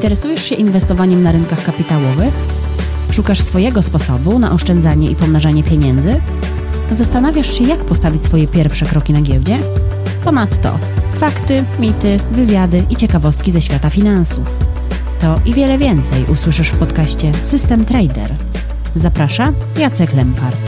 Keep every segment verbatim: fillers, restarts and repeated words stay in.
Interesujesz się inwestowaniem na rynkach kapitałowych? Szukasz swojego sposobu na oszczędzanie i pomnażanie pieniędzy? Zastanawiasz się, jak postawić swoje pierwsze kroki na giełdzie? Ponadto fakty, mity, wywiady i ciekawostki ze świata finansów. To i wiele więcej usłyszysz w podcaście System Trader. Zaprasza Jacek Lempart.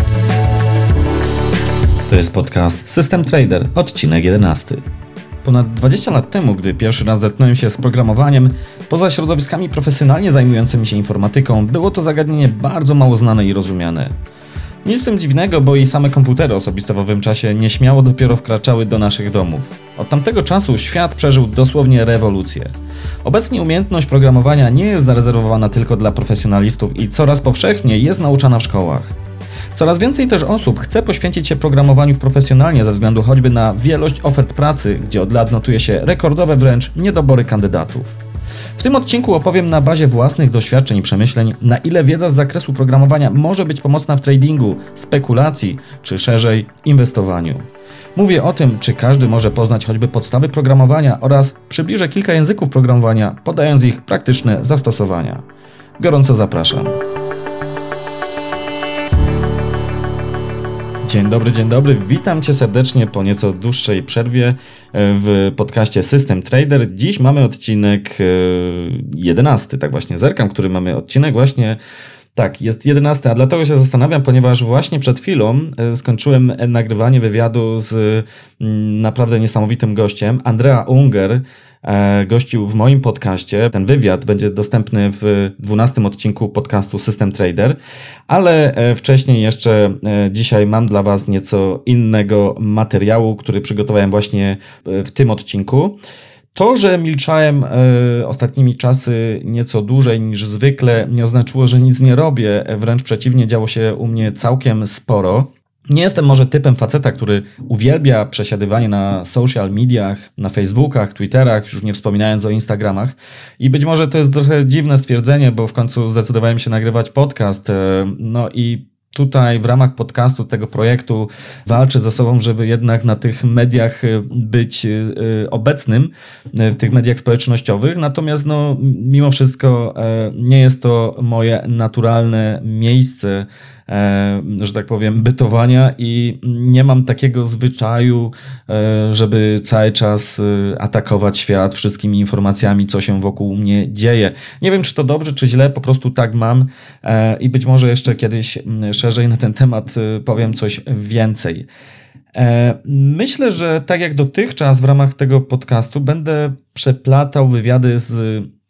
To jest podcast System Trader, odcinek jedenasty. Ponad dwadzieścia lat temu, gdy pierwszy raz zetknąłem się z programowaniem, poza środowiskami profesjonalnie zajmującymi się informatyką, było to zagadnienie bardzo mało znane i rozumiane. Nic z tym dziwnego, bo i same komputery osobiste w owym czasie nieśmiało dopiero wkraczały do naszych domów. Od tamtego czasu świat przeżył dosłownie rewolucję. Obecnie umiejętność programowania nie jest zarezerwowana tylko dla profesjonalistów i coraz powszechniej jest nauczana w szkołach. Coraz więcej też osób chce poświęcić się programowaniu profesjonalnie ze względu choćby na wielość ofert pracy, gdzie od lat notuje się rekordowe wręcz niedobory kandydatów. W tym odcinku opowiem na bazie własnych doświadczeń i przemyśleń, na ile wiedza z zakresu programowania może być pomocna w tradingu, spekulacji, czy szerzej inwestowaniu. Mówię o tym, czy każdy może poznać choćby podstawy programowania oraz przybliżę kilka języków programowania, podając ich praktyczne zastosowania. Gorąco zapraszam. Dzień dobry, dzień dobry. Witam Cię serdecznie po nieco dłuższej przerwie w podcaście System Trader. Dziś mamy odcinek jedenasty, tak właśnie zerkam, który mamy odcinek właśnie, tak, jest jedenasty, a dlatego się zastanawiam, ponieważ właśnie przed chwilą skończyłem nagrywanie wywiadu z naprawdę niesamowitym gościem, Andrea Unger. Gościł w moim podcaście. Ten wywiad będzie dostępny w dwunastym odcinku podcastu System Trader, ale wcześniej jeszcze dzisiaj mam dla Was nieco innego materiału, który przygotowałem właśnie w tym odcinku. To, że milczałem y, ostatnimi czasy nieco dłużej niż zwykle, nie oznaczyło, że nic nie robię, wręcz przeciwnie, działo się u mnie całkiem sporo. Nie jestem może typem faceta, który uwielbia przesiadywanie na social mediach, na Facebookach, Twitterach, już nie wspominając o Instagramach. I być może to jest trochę dziwne stwierdzenie, bo w końcu zdecydowałem się nagrywać podcast. No i tutaj w ramach podcastu, tego projektu walczę ze sobą, żeby jednak na tych mediach być obecnym, w tych mediach społecznościowych. Natomiast no, mimo wszystko nie jest to moje naturalne miejsce, że tak powiem, bytowania i nie mam takiego zwyczaju, żeby cały czas atakować świat wszystkimi informacjami, co się wokół mnie dzieje. Nie wiem, czy to dobrze, czy źle, po prostu tak mam i być może jeszcze kiedyś szerzej na ten temat powiem coś więcej. Myślę, że tak jak dotychczas w ramach tego podcastu będę przeplatał wywiady z,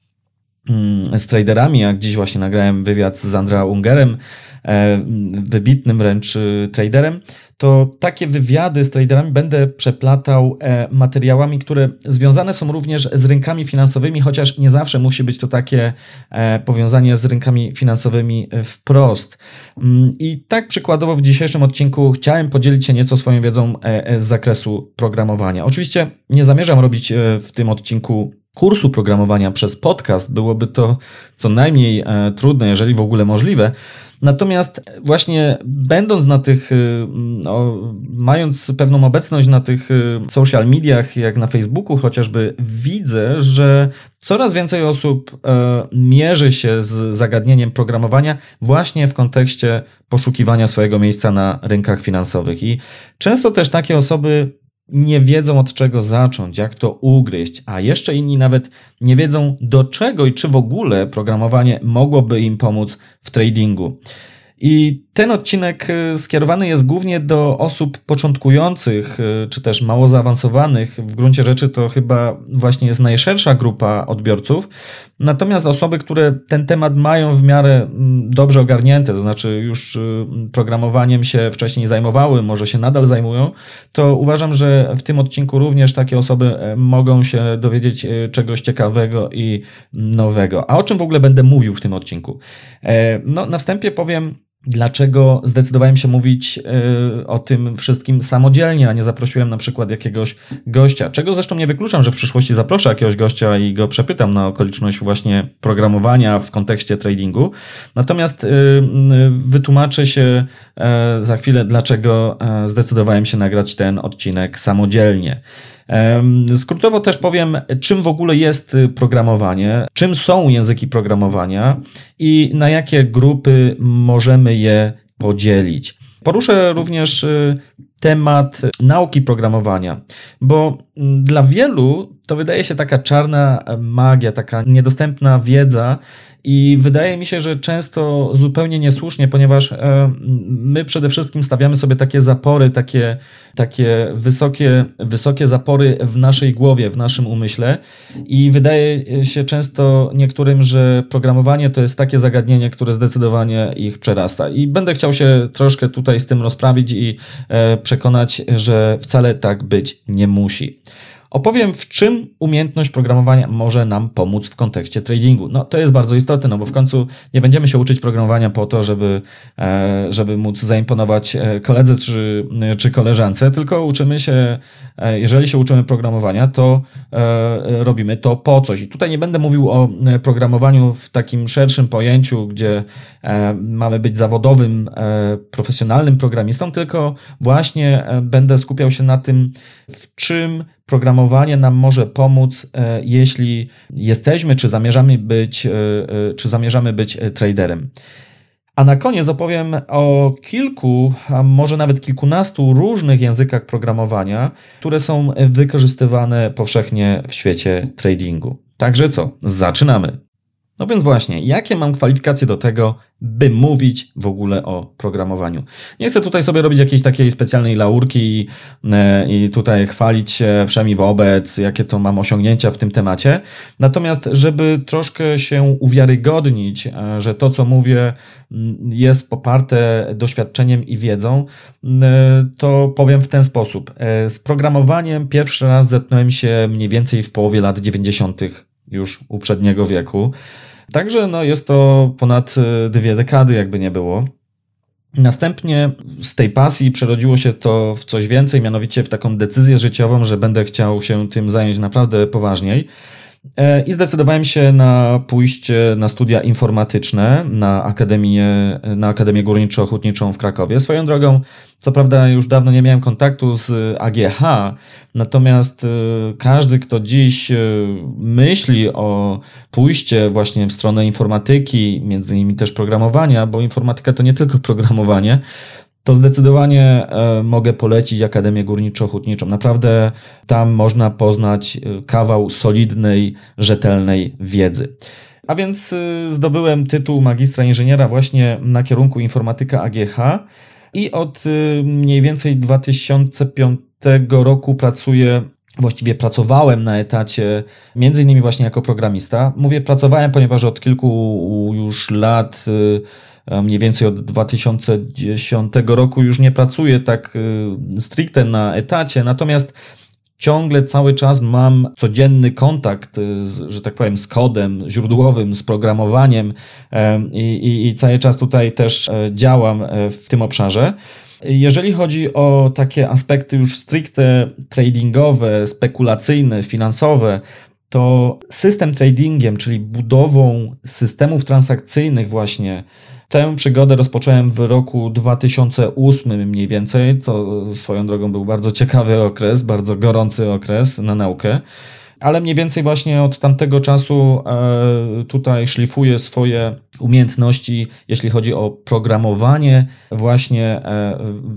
z traderami, jak dziś właśnie nagrałem wywiad z Andrea Ungerem, wybitnym wręcz traderem, to takie wywiady z traderami będę przeplatał materiałami, które związane są również z rynkami finansowymi, chociaż nie zawsze musi być to takie powiązanie z rynkami finansowymi wprost. I tak przykładowo w dzisiejszym odcinku chciałem podzielić się nieco swoją wiedzą z zakresu programowania. Oczywiście nie zamierzam robić w tym odcinku kursu programowania przez podcast, byłoby to co najmniej trudne, jeżeli w ogóle możliwe. Natomiast właśnie będąc na tych, no, mając pewną obecność na tych social mediach, jak na Facebooku chociażby, widzę, że coraz więcej osób e, mierzy się z zagadnieniem programowania właśnie w kontekście poszukiwania swojego miejsca na rynkach finansowych. I często też takie osoby nie wiedzą, od czego zacząć, jak to ugryźć, a jeszcze inni nawet nie wiedzą, do czego i czy w ogóle programowanie mogłoby im pomóc w tradingu. I ten odcinek skierowany jest głównie do osób początkujących, czy też mało zaawansowanych. W gruncie rzeczy to chyba właśnie jest najszersza grupa odbiorców. Natomiast osoby, które ten temat mają w miarę dobrze ogarnięte, to znaczy już programowaniem się wcześniej zajmowały, może się nadal zajmują, to uważam, że w tym odcinku również takie osoby mogą się dowiedzieć czegoś ciekawego i nowego. A o czym w ogóle będę mówił w tym odcinku? No, na wstępie powiem, dlaczego zdecydowałem się mówić yy, o tym wszystkim samodzielnie, a nie zaprosiłem na przykład jakiegoś gościa, czego zresztą nie wykluczam, że w przyszłości zaproszę jakiegoś gościa i go przepytam na okoliczność właśnie programowania w kontekście tradingu. Natomiast yy, wytłumaczę się yy, za chwilę, dlaczego yy, zdecydowałem się nagrać ten odcinek samodzielnie. Skrótowo też powiem, czym w ogóle jest programowanie, czym są języki programowania i na jakie grupy możemy je podzielić. Poruszę również temat nauki programowania, bo dla wielu to wydaje się taka czarna magia, taka niedostępna wiedza i wydaje mi się, że często zupełnie niesłusznie, ponieważ my przede wszystkim stawiamy sobie takie zapory, takie, takie wysokie, wysokie zapory w naszej głowie, w naszym umyśle i wydaje się często niektórym, że programowanie to jest takie zagadnienie, które zdecydowanie ich przerasta. I będę chciał się troszkę tutaj z tym rozprawić i przekonać, że wcale tak być nie musi. Opowiem, w czym umiejętność programowania może nam pomóc w kontekście tradingu. No to jest bardzo istotne, no bo w końcu nie będziemy się uczyć programowania po to, żeby, żeby móc zaimponować koledze czy, czy koleżance, tylko uczymy się, jeżeli się uczymy programowania, to robimy to po coś. I tutaj nie będę mówił o programowaniu w takim szerszym pojęciu, gdzie mamy być zawodowym, profesjonalnym programistą, tylko właśnie będę skupiał się na tym, w czym programowanie nam może pomóc, jeśli jesteśmy, czy zamierzamy być, czy zamierzamy być traderem. A na koniec opowiem o kilku, a może nawet kilkunastu różnych językach programowania, które są wykorzystywane powszechnie w świecie tradingu. Także co? Zaczynamy! No więc właśnie, jakie mam kwalifikacje do tego, by mówić w ogóle o programowaniu? Nie chcę tutaj sobie robić jakiejś takiej specjalnej laurki i, i tutaj chwalić się wszemi wobec, jakie to mam osiągnięcia w tym temacie. Natomiast, żeby troszkę się uwiarygodnić, że to, co mówię, jest poparte doświadczeniem i wiedzą, to powiem w ten sposób. Z programowaniem pierwszy raz zetknąłem się mniej więcej w połowie lat dziewięćdziesiątych już uprzedniego wieku. Także no jest to ponad dwie dekady, jakby nie było. Następnie z tej pasji przerodziło się to w coś więcej, mianowicie w taką decyzję życiową, że będę chciał się tym zająć naprawdę poważniej. I zdecydowałem się na pójście na studia informatyczne na Akademię, na Akademię Górniczo-Hutniczą w Krakowie. Swoją drogą, co prawda już dawno nie miałem kontaktu z A G H, natomiast każdy, kto dziś myśli o pójście właśnie w stronę informatyki, między innymi też programowania, bo informatyka to nie tylko programowanie, to zdecydowanie e, mogę polecić Akademię Górniczo-Hutniczą. Naprawdę tam można poznać kawał solidnej, rzetelnej wiedzy. A więc y, zdobyłem tytuł magistra inżyniera właśnie na kierunku informatyka A G H i od y, mniej więcej dwa tysiące piątego roku pracuję, właściwie pracowałem na etacie, między innymi właśnie jako programista. Mówię pracowałem, ponieważ od kilku już lat y, mniej więcej od dwa tysiące dziesiątego roku już nie pracuję tak stricte na etacie, natomiast ciągle cały czas mam codzienny kontakt, z, że tak powiem, z kodem źródłowym, z programowaniem i, i, i cały czas tutaj też działam w tym obszarze. Jeżeli chodzi o takie aspekty już stricte tradingowe, spekulacyjne, finansowe, to system tradingiem, czyli budową systemów transakcyjnych właśnie, tę przygodę rozpocząłem w roku dwa tysiące ósmym mniej więcej. To swoją drogą był bardzo ciekawy okres, bardzo gorący okres na naukę. Ale mniej więcej właśnie od tamtego czasu e, tutaj szlifuję swoje umiejętności, jeśli chodzi o programowanie właśnie e,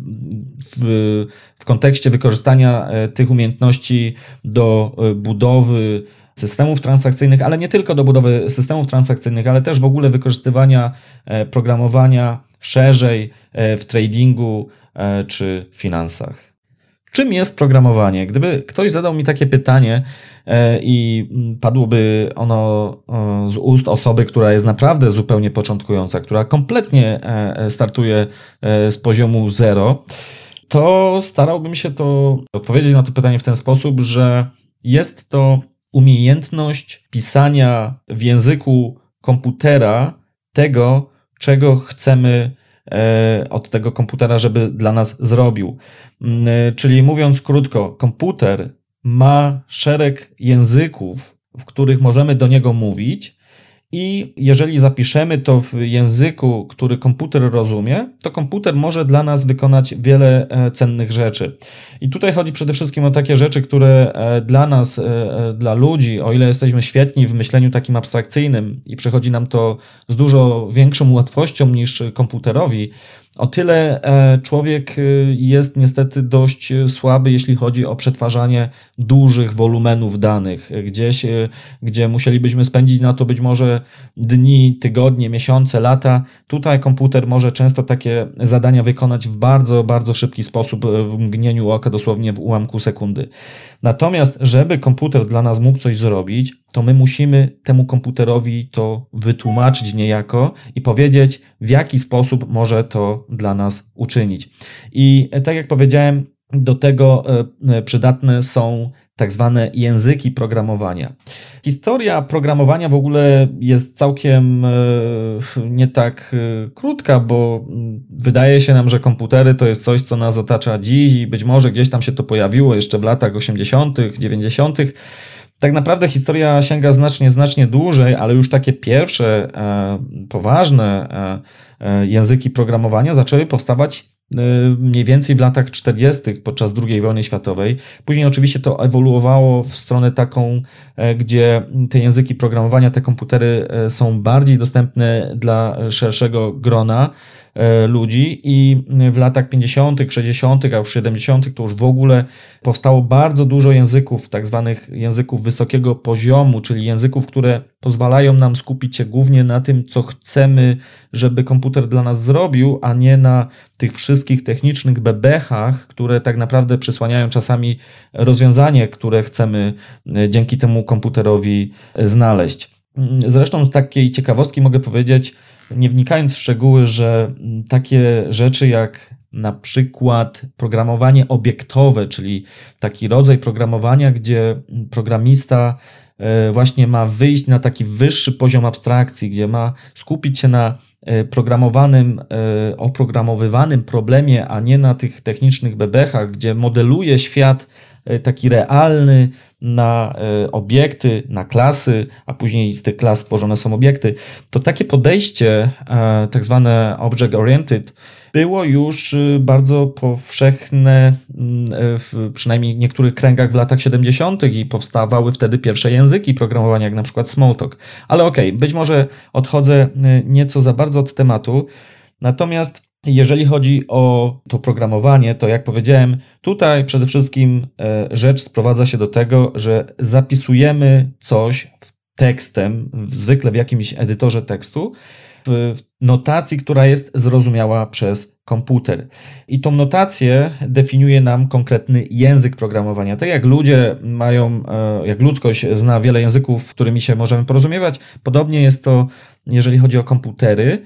w, w kontekście wykorzystania e, tych umiejętności do e, budowy systemów transakcyjnych, ale nie tylko do budowy systemów transakcyjnych, ale też w ogóle wykorzystywania e, programowania szerzej e, w tradingu e, czy finansach. Czym jest programowanie? Gdyby ktoś zadał mi takie pytanie e, i padłoby ono e, z ust osoby, która jest naprawdę zupełnie początkująca, która kompletnie e, startuje e, z poziomu zero, to starałbym się to odpowiedzieć na to pytanie w ten sposób, że jest to umiejętność pisania w języku komputera tego, czego chcemy od tego komputera, żeby dla nas zrobił. Czyli mówiąc krótko, komputer ma szereg języków, w których możemy do niego mówić i jeżeli zapiszemy to w języku, który komputer rozumie, to komputer może dla nas wykonać wiele cennych rzeczy. I tutaj chodzi przede wszystkim o takie rzeczy, które dla nas, dla ludzi, o ile jesteśmy świetni w myśleniu takim abstrakcyjnym i przychodzi nam to z dużo większą łatwością niż komputerowi, o tyle człowiek jest niestety dość słaby, jeśli chodzi o przetwarzanie dużych wolumenów danych. Gdzieś, gdzie musielibyśmy spędzić na to być może dni, tygodnie, miesiące, lata. Tutaj komputer może często takie zadania wykonać w bardzo, bardzo szybki sposób, w mgnieniu oka, dosłownie w ułamku sekundy. Natomiast, żeby komputer dla nas mógł coś zrobić, to my musimy temu komputerowi to wytłumaczyć niejako i powiedzieć, w jaki sposób może to dla nas uczynić. I tak jak powiedziałem, do tego przydatne są tak zwane języki programowania. Historia programowania w ogóle jest całkiem nie tak krótka, bo wydaje się nam, że komputery to jest coś, co nas otacza dziś i być może gdzieś tam się to pojawiło jeszcze w latach osiemdziesiątych, dziewięćdziesiątych. Tak naprawdę historia sięga znacznie, znacznie dłużej, ale już takie pierwsze e, poważne e, e, języki programowania zaczęły powstawać mniej więcej w latach czterdziestych podczas drugiej wojny światowej. Później oczywiście to ewoluowało w stronę taką, gdzie te języki programowania, te komputery są bardziej dostępne dla szerszego grona ludzi i w latach pięćdziesiątych, sześćdziesiątych, a już siedemdziesiątych to już w ogóle powstało bardzo dużo języków, tak zwanych języków wysokiego poziomu, czyli języków, które pozwalają nam skupić się głównie na tym, co chcemy, żeby komputer dla nas zrobił, a nie na tych wszystkich technicznych bebechach, które tak naprawdę przysłaniają czasami rozwiązanie, które chcemy dzięki temu komputerowi znaleźć. Zresztą z takiej ciekawostki mogę powiedzieć, nie wnikając w szczegóły, że takie rzeczy jak na przykład programowanie obiektowe, czyli taki rodzaj programowania, gdzie programista właśnie ma wyjść na taki wyższy poziom abstrakcji, gdzie ma skupić się na programowanym, oprogramowywanym problemie, a nie na tych technicznych bebechach, gdzie modeluje świat taki realny na obiekty, na klasy, a później z tych klas tworzone są obiekty, to takie podejście, tak zwane object-oriented, było już bardzo powszechne, w przynajmniej niektórych kręgach w latach siedemdziesiątych i powstawały wtedy pierwsze języki programowania, jak na przykład Smalltalk. Ale okej, okay, być może odchodzę nieco za bardzo od tematu, natomiast jeżeli chodzi o to programowanie, to jak powiedziałem, tutaj przede wszystkim rzecz sprowadza się do tego, że zapisujemy coś tekstem, zwykle w jakimś edytorze tekstu, w notacji, która jest zrozumiała przez komputer. I tą notację definiuje nam konkretny język programowania. Tak jak ludzie mają, jak ludzkość zna wiele języków, którymi się możemy porozumiewać, podobnie jest to, jeżeli chodzi o komputery.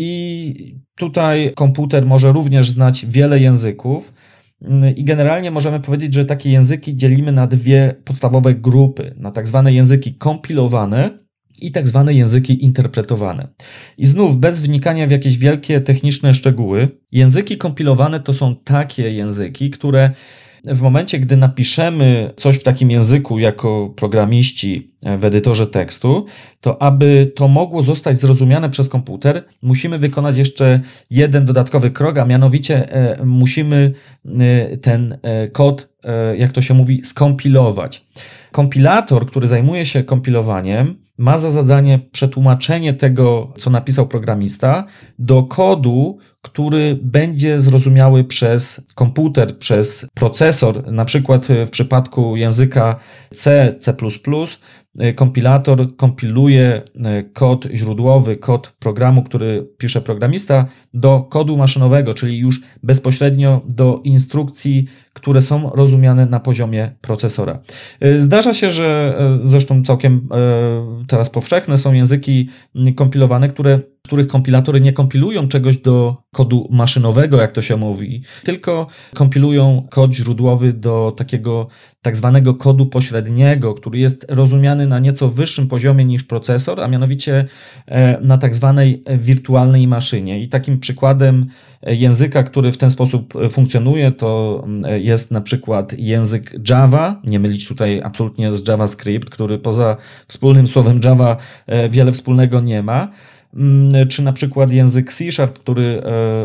I tutaj komputer może również znać wiele języków. I generalnie możemy powiedzieć, że takie języki dzielimy na dwie podstawowe grupy, na tak zwane języki kompilowane i tak zwane języki interpretowane. I znów, bez wnikania w jakieś wielkie techniczne szczegóły, języki kompilowane to są takie języki, które w momencie, gdy napiszemy coś w takim języku jako programiści w edytorze tekstu, to aby to mogło zostać zrozumiane przez komputer, musimy wykonać jeszcze jeden dodatkowy krok, a mianowicie e, musimy e, ten e, kod, e, jak to się mówi, skompilować. Kompilator, który zajmuje się kompilowaniem, ma za zadanie przetłumaczenie tego, co napisał programista, do kodu, który będzie zrozumiały przez komputer, przez procesor. Na przykład w przypadku języka C, C plus plus, kompilator kompiluje kod źródłowy, kod programu, który pisze programista, do kodu maszynowego, czyli już bezpośrednio do instrukcji, które są rozumiane na poziomie procesora. Zdarza się, że zresztą całkiem teraz powszechne są języki kompilowane, które, których kompilatory nie kompilują czegoś do kodu maszynowego, jak to się mówi, tylko kompilują kod źródłowy do takiego tak zwanego kodu pośredniego, który jest rozumiany na nieco wyższym poziomie niż procesor, a mianowicie na tak zwanej wirtualnej maszynie. I takim przykładem języka, który w ten sposób funkcjonuje, to jest na przykład język Java, nie mylić tutaj absolutnie z JavaScript, który poza wspólnym słowem Java wiele wspólnego nie ma. Czy na przykład język C Sharp, który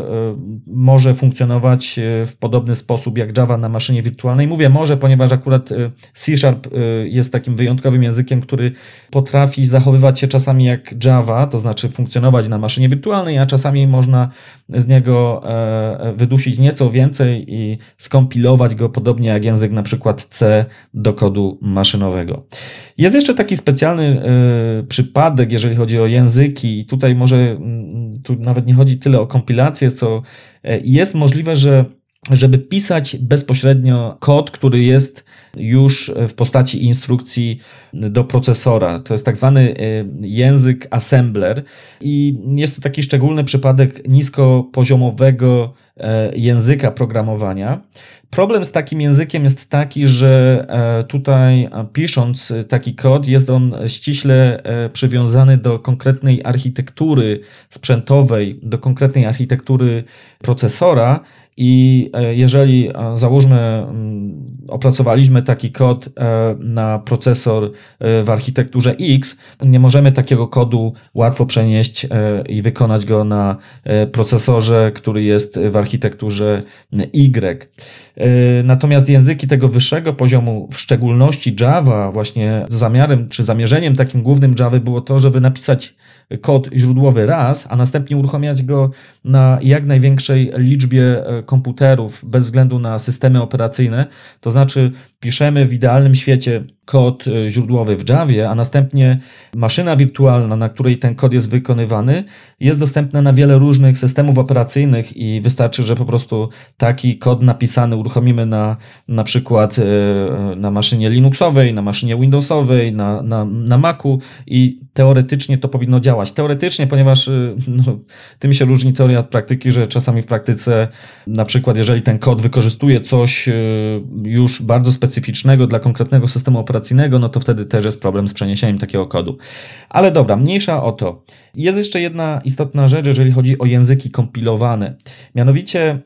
może funkcjonować w podobny sposób jak Java na maszynie wirtualnej. Mówię może, ponieważ akurat C Sharp jest takim wyjątkowym językiem, który potrafi zachowywać się czasami jak Java, to znaczy funkcjonować na maszynie wirtualnej, a czasami można z niego wydusić nieco więcej i skompilować go podobnie jak język na przykład C do kodu maszynowego. Jest jeszcze taki specjalny przypadek, jeżeli chodzi o języki. Tutaj może tu nawet nie chodzi tyle o kompilację, co jest możliwe, że żeby pisać bezpośrednio kod, który jest już w postaci instrukcji do procesora. To jest tak zwany język assembler i jest to taki szczególny przypadek niskopoziomowego języka programowania. Problem z takim językiem jest taki, że tutaj pisząc taki kod jest on ściśle przywiązany do konkretnej architektury sprzętowej, do konkretnej architektury procesora i jeżeli załóżmy opracowaliśmy taki kod na procesor w architekturze X, nie możemy takiego kodu łatwo przenieść i wykonać go na procesorze, który jest w architekturze Y. Natomiast języki tego wyższego poziomu, w szczególności Java, właśnie zamiarem czy zamierzeniem takim głównym Java było to, żeby napisać kod źródłowy raz, a następnie uruchamiać go na jak największej liczbie komputerów bez względu na systemy operacyjne. To znaczy piszemy w idealnym świecie kod źródłowy w Javie, a następnie maszyna wirtualna, na której ten kod jest wykonywany, jest dostępna na wiele różnych systemów operacyjnych i wystarczy, że po prostu taki kod napisany uruchomimy na na przykład na maszynie Linuxowej, na maszynie Windowsowej, na, na, na Macu i teoretycznie to powinno działać. Teoretycznie, ponieważ no, tym się różni teoria od praktyki, że czasami w praktyce na przykład jeżeli ten kod wykorzystuje coś już bardzo specyficznego dla konkretnego systemu operacyjnego, no to wtedy też jest problem z przeniesieniem takiego kodu. Ale dobra, mniejsza o to. Jest jeszcze jedna istotna rzecz, jeżeli chodzi o języki kompilowane. Mianowicie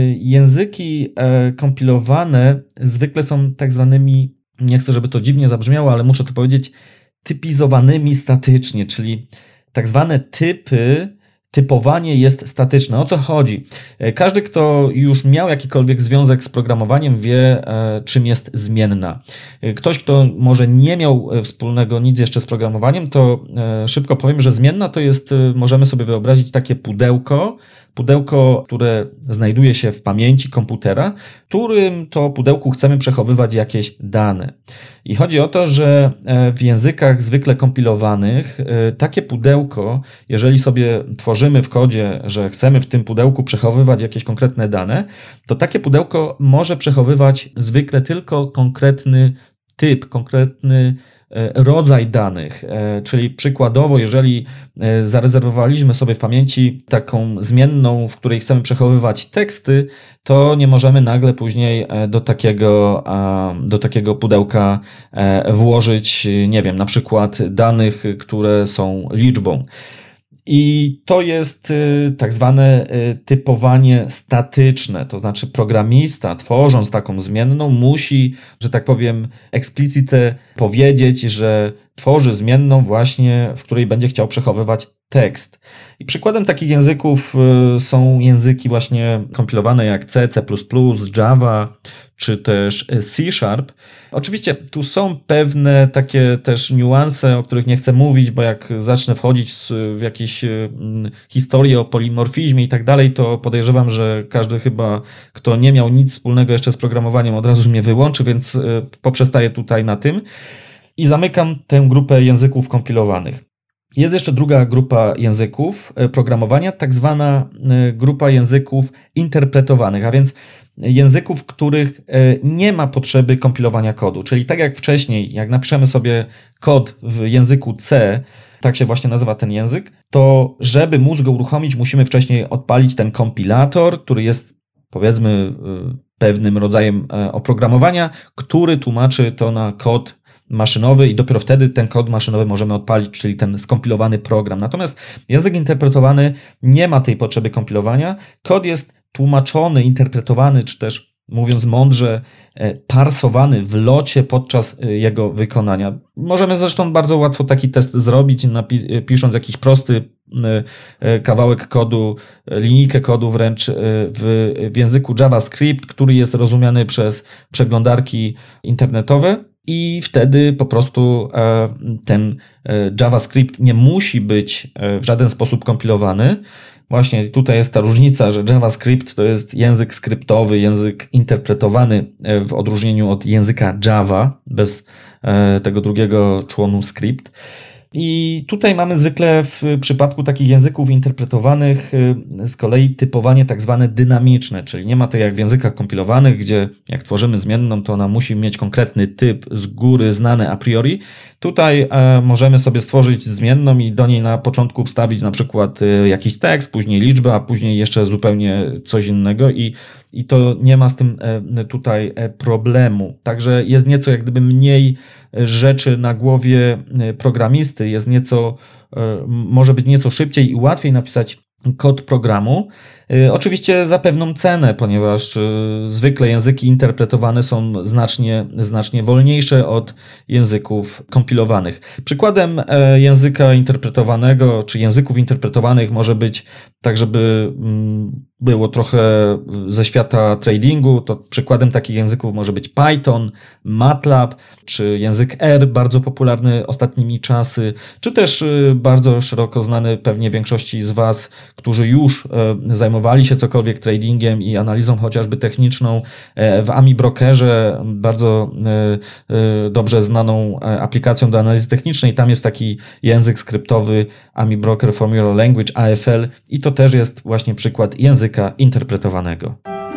języki kompilowane zwykle są tak zwanymi, nie chcę, żeby to dziwnie zabrzmiało, ale muszę to powiedzieć, typizowanymi statycznie, czyli tak zwane typy, typowanie jest statyczne. O co chodzi? Każdy, kto już miał jakikolwiek związek z programowaniem, wie, czym jest zmienna. Ktoś, kto może nie miał wspólnego nic jeszcze z programowaniem, to szybko powiem, że zmienna to jest, możemy sobie wyobrazić takie pudełko, pudełko, które znajduje się w pamięci komputera, w którym to pudełku chcemy przechowywać jakieś dane. I chodzi o to, że w językach zwykle kompilowanych takie pudełko, jeżeli sobie tworzymy w kodzie, że chcemy w tym pudełku przechowywać jakieś konkretne dane, to takie pudełko może przechowywać zwykle tylko konkretny typ, konkretny rodzaj danych, czyli przykładowo, jeżeli zarezerwowaliśmy sobie w pamięci taką zmienną, w której chcemy przechowywać teksty, to nie możemy nagle później do takiego, do takiego pudełka włożyć, nie wiem, na przykład danych, które są liczbą. I to jest tak zwane typowanie statyczne, to znaczy programista, tworząc taką zmienną, musi, że tak powiem, explicite powiedzieć, że tworzy zmienną właśnie, w której będzie chciał przechowywać tekst. I przykładem takich języków są języki właśnie kompilowane jak C, C plus plus, Java czy też C Sharp. Oczywiście tu są pewne takie też niuanse, o których nie chcę mówić, bo jak zacznę wchodzić w jakieś historie o polimorfizmie i tak dalej, to podejrzewam, że każdy chyba, kto nie miał nic wspólnego jeszcze z programowaniem, od razu mnie wyłączy, więc poprzestaję tutaj na tym i zamykam tę grupę języków kompilowanych. Jest jeszcze druga grupa języków programowania, tak zwana grupa języków interpretowanych, a więc języków, w których nie ma potrzeby kompilowania kodu. Czyli tak jak wcześniej, jak napiszemy sobie kod w języku C, tak się właśnie nazywa ten język, to żeby móc go uruchomić, musimy wcześniej odpalić ten kompilator, który jest, powiedzmy, pewnym rodzajem oprogramowania, który tłumaczy to na kod maszynowy i dopiero wtedy ten kod maszynowy możemy odpalić, czyli ten skompilowany program. Natomiast język interpretowany nie ma tej potrzeby kompilowania. Kod jest tłumaczony, interpretowany, czy też mówiąc mądrze, parsowany w locie podczas jego wykonania. Możemy zresztą bardzo łatwo taki test zrobić, napi- pisząc jakiś prosty kawałek kodu, linijkę kodu wręcz w, w języku JavaScript, który jest rozumiany przez przeglądarki internetowe. I wtedy po prostu ten JavaScript nie musi być w żaden sposób kompilowany. Właśnie tutaj jest ta różnica, że JavaScript to jest język skryptowy, język interpretowany w odróżnieniu od języka Java, bez tego drugiego członu script. I tutaj mamy zwykle w przypadku takich języków interpretowanych z kolei typowanie tak zwane dynamiczne, czyli nie ma to jak w językach kompilowanych, gdzie jak tworzymy zmienną, to ona musi mieć konkretny typ z góry znany a priori. Tutaj możemy sobie stworzyć zmienną i do niej na początku wstawić na przykład jakiś tekst, później liczbę, a później jeszcze zupełnie coś innego i, i to nie ma z tym tutaj problemu. Także jest nieco jak gdyby mniej rzeczy na głowie programisty, jest nieco, może być nieco szybciej i łatwiej napisać kod programu. Oczywiście za pewną cenę, ponieważ zwykle języki interpretowane są znacznie, znacznie wolniejsze od języków kompilowanych. Przykładem języka interpretowanego, czy języków interpretowanych może być, tak żeby było trochę ze świata tradingu, to przykładem takich języków może być Python, MATLAB, czy język R, bardzo popularny ostatnimi czasy, czy też bardzo szeroko znany pewnie większości z Was, którzy już zajmowali się cokolwiek tradingiem i analizą chociażby techniczną w AmiBrokerze, bardzo dobrze znaną aplikacją do analizy technicznej. Tam jest taki język skryptowy AmiBroker Formula Language, A F L, i to też jest właśnie przykład języka interpretowanego.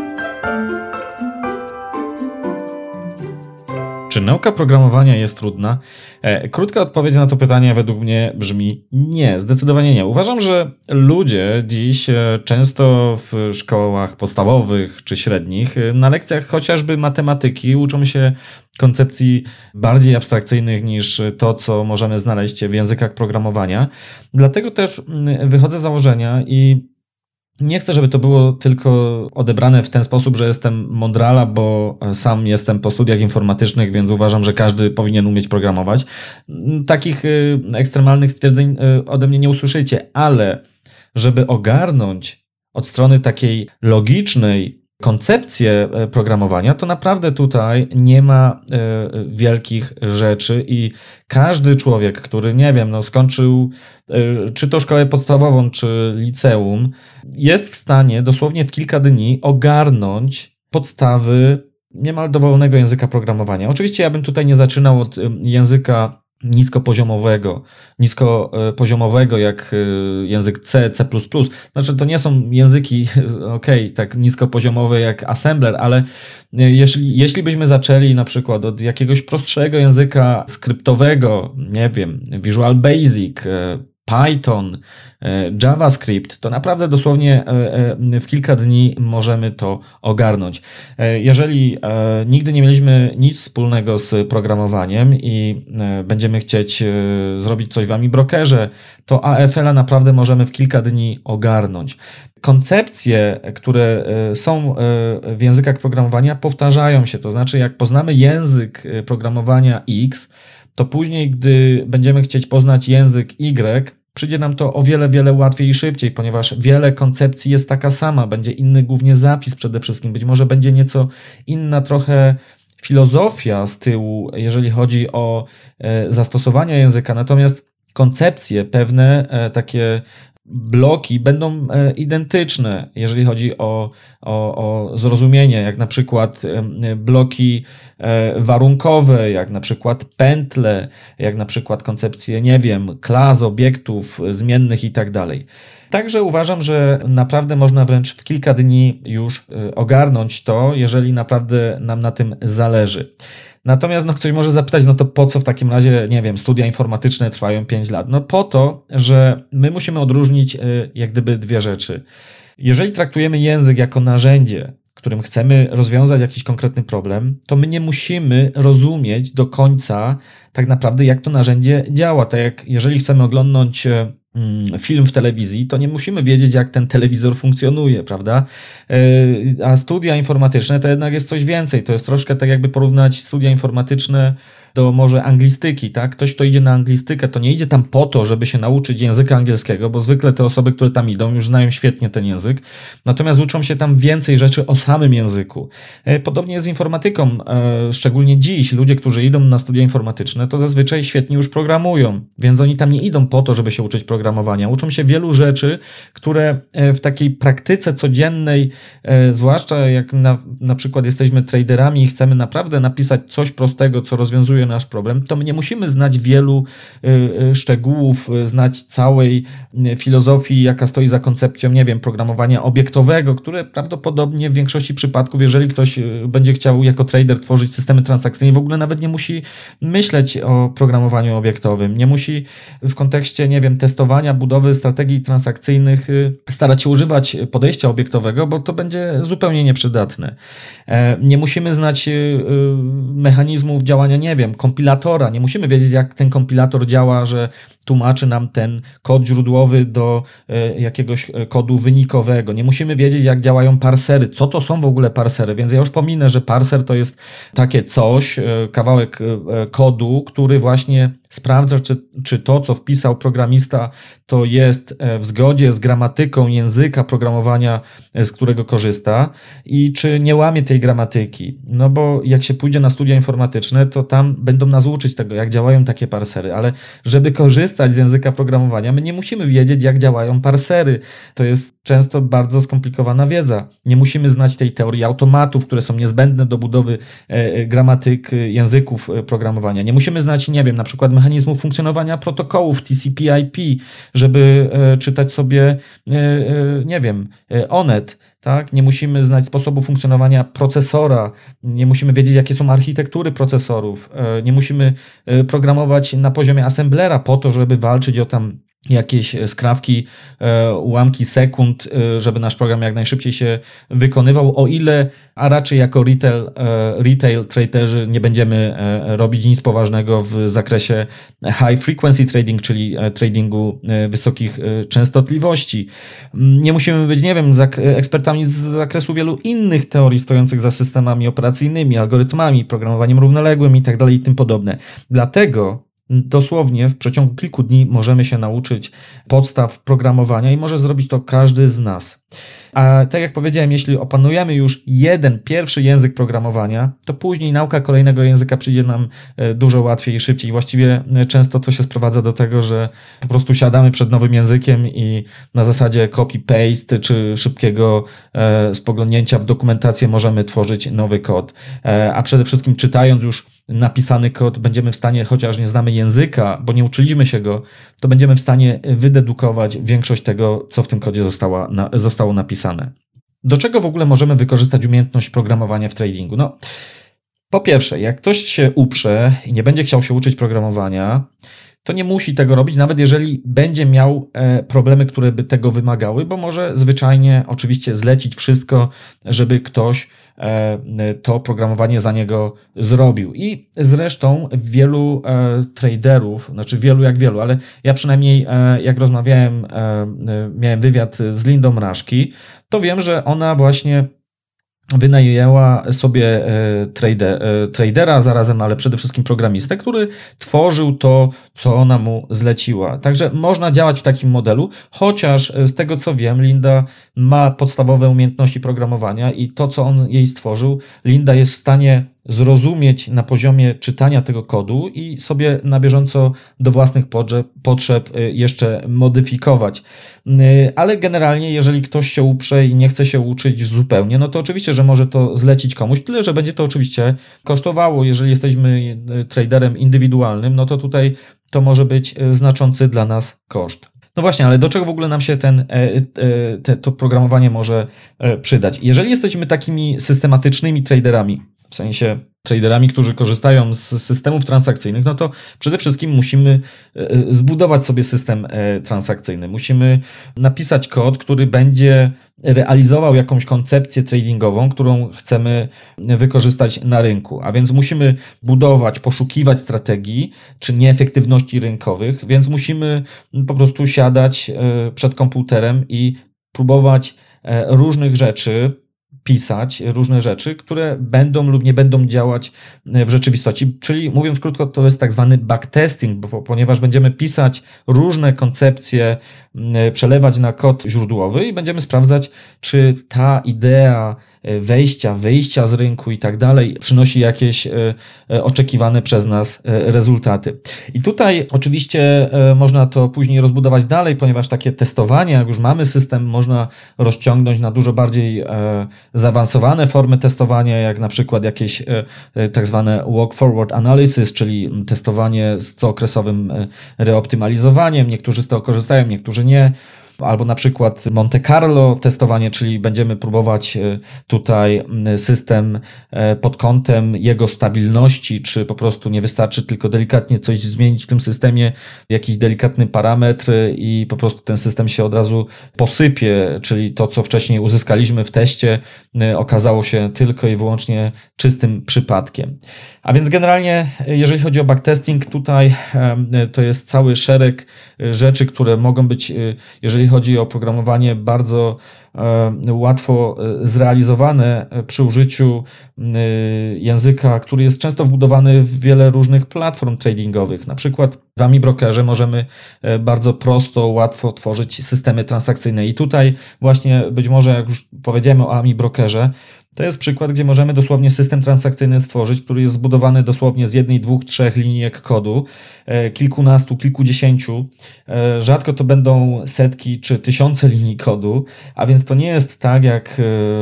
Czy nauka programowania jest trudna? Krótka odpowiedź na to pytanie według mnie brzmi nie, zdecydowanie nie. Uważam, że ludzie dziś często w szkołach podstawowych czy średnich na lekcjach chociażby matematyki uczą się koncepcji bardziej abstrakcyjnych niż to, co możemy znaleźć w językach programowania. Dlatego też wychodzę z założenia i nie chcę, żeby to było tylko odebrane w ten sposób, że jestem mądrala, bo sam jestem po studiach informatycznych, więc uważam, że każdy powinien umieć programować. Takich ekstremalnych stwierdzeń ode mnie nie usłyszycie, ale żeby ogarnąć od strony takiej logicznej koncepcję programowania, to naprawdę tutaj nie ma y, wielkich rzeczy i każdy człowiek, który, nie wiem, no skończył y, czy to szkołę podstawową, czy liceum, jest w stanie dosłownie w kilka dni ogarnąć podstawy niemal dowolnego języka programowania. Oczywiście ja bym tutaj nie zaczynał od y, języka niskopoziomowego, niskopoziomowego jak język C, C plus plus. Znaczy to nie są języki, okej, okay, tak niskopoziomowe jak assembler, ale jeśli, jeśli byśmy zaczęli na przykład od jakiegoś prostszego języka skryptowego, nie wiem, Visual Basic, Python, JavaScript, to naprawdę dosłownie w kilka dni możemy to ogarnąć. Jeżeli nigdy nie mieliśmy nic wspólnego z programowaniem i będziemy chcieć zrobić coś w AmiBrokerze, to A F L a naprawdę możemy w kilka dni ogarnąć. Koncepcje, które są w językach programowania, powtarzają się. To znaczy, jak poznamy język programowania X, to później, gdy będziemy chcieć poznać język Y, przyjdzie nam to o wiele, wiele łatwiej i szybciej, ponieważ wiele koncepcji jest taka sama. Będzie inny głównie zapis przede wszystkim. Być może będzie nieco inna trochę filozofia z tyłu, jeżeli chodzi o zastosowania języka. Natomiast koncepcje, pewne takie bloki będą identyczne, jeżeli chodzi o, o, o zrozumienie, jak na przykład bloki warunkowe, jak na przykład pętle, jak na przykład koncepcje, nie wiem, klas, obiektów zmiennych i tak dalej. Także uważam, że naprawdę można wręcz w kilka dni już ogarnąć to, jeżeli naprawdę nam na tym zależy. Natomiast no, ktoś może zapytać, no to po co w takim razie, nie wiem, studia informatyczne trwają pięć lat? No po to, że my musimy odróżnić jak gdyby dwie rzeczy. Jeżeli traktujemy język jako narzędzie, którym chcemy rozwiązać jakiś konkretny problem, to my nie musimy rozumieć do końca tak naprawdę, jak to narzędzie działa. Tak jak jeżeli chcemy oglądnąć film w telewizji, to nie musimy wiedzieć, jak ten telewizor funkcjonuje, prawda? A studia informatyczne to jednak jest coś więcej. To jest troszkę tak jakby porównać studia informatyczne do może anglistyki, tak? Ktoś, kto idzie na anglistykę, to nie idzie tam po to, żeby się nauczyć języka angielskiego, bo zwykle te osoby, które tam idą, już znają świetnie ten język, natomiast uczą się tam więcej rzeczy o samym języku. Podobnie jest z informatyką, szczególnie dziś. Ludzie, którzy idą na studia informatyczne, to zazwyczaj świetnie już programują, więc oni tam nie idą po to, żeby się uczyć programowania. Uczą się wielu rzeczy, które w takiej praktyce codziennej, zwłaszcza jak na, na przykład jesteśmy traderami i chcemy naprawdę napisać coś prostego, co rozwiązuje nasz problem, to my nie musimy znać wielu y, szczegółów, znać całej filozofii, jaka stoi za koncepcją, nie wiem, programowania obiektowego, które prawdopodobnie w większości przypadków, jeżeli ktoś będzie chciał jako trader tworzyć systemy transakcyjne, w ogóle nawet nie musi myśleć o programowaniu obiektowym, nie musi w kontekście, nie wiem, testowania, budowy strategii transakcyjnych y, starać się używać podejścia obiektowego, bo to będzie zupełnie nieprzydatne. E, nie musimy znać y, y, mechanizmów działania, nie wiem, kompilatora. Nie musimy wiedzieć, jak ten kompilator działa, że tłumaczy nam ten kod źródłowy do e, jakiegoś kodu wynikowego. Nie musimy wiedzieć, jak działają parsery, co to są w ogóle parsery, więc ja już pominę, że parser to jest takie coś, e, kawałek e, kodu, który właśnie sprawdza, czy, czy to, co wpisał programista, to jest w zgodzie z gramatyką języka programowania, z którego korzysta i czy nie łamie tej gramatyki. No bo jak się pójdzie na studia informatyczne, to tam będą nas uczyć tego, jak działają takie parsery, ale żeby korzystać z języka programowania, my nie musimy wiedzieć, jak działają parsery. To jest często bardzo skomplikowana wiedza. Nie musimy znać tej teorii automatów, które są niezbędne do budowy e, gramatyk języków programowania. Nie musimy znać, nie wiem, na przykład mechanizmów funkcjonowania protokołów T C P I P, żeby e, czytać sobie, e, e, nie wiem, e, O N E T, tak? Nie musimy znać sposobu funkcjonowania procesora, nie musimy wiedzieć, jakie są architektury procesorów, e, nie musimy e, programować na poziomie assemblera po to, żeby walczyć o tam jakieś skrawki, ułamki sekund, żeby nasz program jak najszybciej się wykonywał, o ile, a raczej jako retail, retail traderzy nie będziemy robić nic poważnego w zakresie high frequency trading, czyli tradingu wysokich częstotliwości. Nie musimy być, nie wiem, ekspertami z zakresu wielu innych teorii stojących za systemami operacyjnymi, algorytmami, programowaniem równoległym i tak dalej i tym podobne. Dlatego dosłownie w przeciągu kilku dni możemy się nauczyć podstaw programowania i może zrobić to każdy z nas. A tak jak powiedziałem, jeśli opanujemy już jeden, pierwszy język programowania, to później nauka kolejnego języka przyjdzie nam dużo łatwiej i szybciej. Właściwie często to się sprowadza do tego, że po prostu siadamy przed nowym językiem i na zasadzie copy-paste czy szybkiego e, spoglądnięcia w dokumentację możemy tworzyć nowy kod. E, a przede wszystkim czytając już napisany kod, będziemy w stanie, chociaż nie znamy języka, bo nie uczyliśmy się go, to będziemy w stanie wydedukować większość tego, co w tym kodzie zostało, na, zostało napisane. Do czego w ogóle możemy wykorzystać umiejętność programowania w tradingu? No, po pierwsze, jak ktoś się uprze i nie będzie chciał się uczyć programowania, to nie musi tego robić, nawet jeżeli będzie miał problemy, które by tego wymagały, bo może zwyczajnie oczywiście zlecić wszystko, żeby ktoś to programowanie za niego zrobił. I zresztą wielu traderów, znaczy wielu jak wielu, ale ja przynajmniej jak rozmawiałem, miałem wywiad z Lindą Mraszki, to wiem, że ona właśnie wynajęła sobie trader, tradera zarazem, ale przede wszystkim programistę, który tworzył to, co ona mu zleciła. Także można działać w takim modelu, chociaż z tego co wiem, Linda ma podstawowe umiejętności programowania i to, co on jej stworzył, Linda jest w stanie zrozumieć na poziomie czytania tego kodu i sobie na bieżąco do własnych potrzeb jeszcze modyfikować. Ale generalnie, jeżeli ktoś się uprze i nie chce się uczyć zupełnie, no to oczywiście, że może to zlecić komuś, tyle że będzie to oczywiście kosztowało. Jeżeli jesteśmy traderem indywidualnym, no to tutaj to może być znaczący dla nas koszt. No właśnie, ale do czego w ogóle nam się ten, te, to programowanie może przydać? Jeżeli jesteśmy takimi systematycznymi traderami, w sensie traderami, którzy korzystają z systemów transakcyjnych, no to przede wszystkim musimy zbudować sobie system transakcyjny. Musimy napisać kod, który będzie realizował jakąś koncepcję tradingową, którą chcemy wykorzystać na rynku. A więc musimy budować, poszukiwać strategii czy nieefektywności rynkowych, więc musimy po prostu siadać przed komputerem i próbować różnych rzeczy, pisać różne rzeczy, które będą lub nie będą działać w rzeczywistości. Czyli mówiąc krótko, to jest tak zwany backtesting, bo, ponieważ będziemy pisać różne koncepcje, przelewać na kod źródłowy i będziemy sprawdzać, czy ta idea wejścia, wyjścia z rynku i tak dalej przynosi jakieś oczekiwane przez nas rezultaty. I tutaj oczywiście można to później rozbudować dalej, ponieważ takie testowanie, jak już mamy system, można rozciągnąć na dużo bardziej zaawansowane formy testowania, jak na przykład jakieś tak zwane walk forward analysis, czyli testowanie z cookresowym reoptymalizowaniem. Niektórzy z tego korzystają, niektórzy nie. Albo na przykład Monte Carlo testowanie, czyli będziemy próbować tutaj system pod kątem jego stabilności, czy po prostu nie wystarczy tylko delikatnie coś zmienić w tym systemie, jakiś delikatny parametr i po prostu ten system się od razu posypie, czyli to, co wcześniej uzyskaliśmy w teście, okazało się tylko i wyłącznie czystym przypadkiem. A więc generalnie, jeżeli chodzi o backtesting, tutaj to jest cały szereg rzeczy, które mogą być, jeżeli chodzi o oprogramowanie, bardzo łatwo zrealizowane przy użyciu języka, który jest często wbudowany w wiele różnych platform tradingowych. Na przykład w AmiBrokerze możemy bardzo prosto, łatwo tworzyć systemy transakcyjne i tutaj właśnie być może, jak już powiedziałem o AmiBrokerze, to jest przykład, gdzie możemy dosłownie system transakcyjny stworzyć, który jest zbudowany dosłownie z jednej, dwóch, trzech linijek kodu, kilkunastu, kilkudziesięciu. Rzadko to będą setki czy tysiące linii kodu, a więc to nie jest tak jak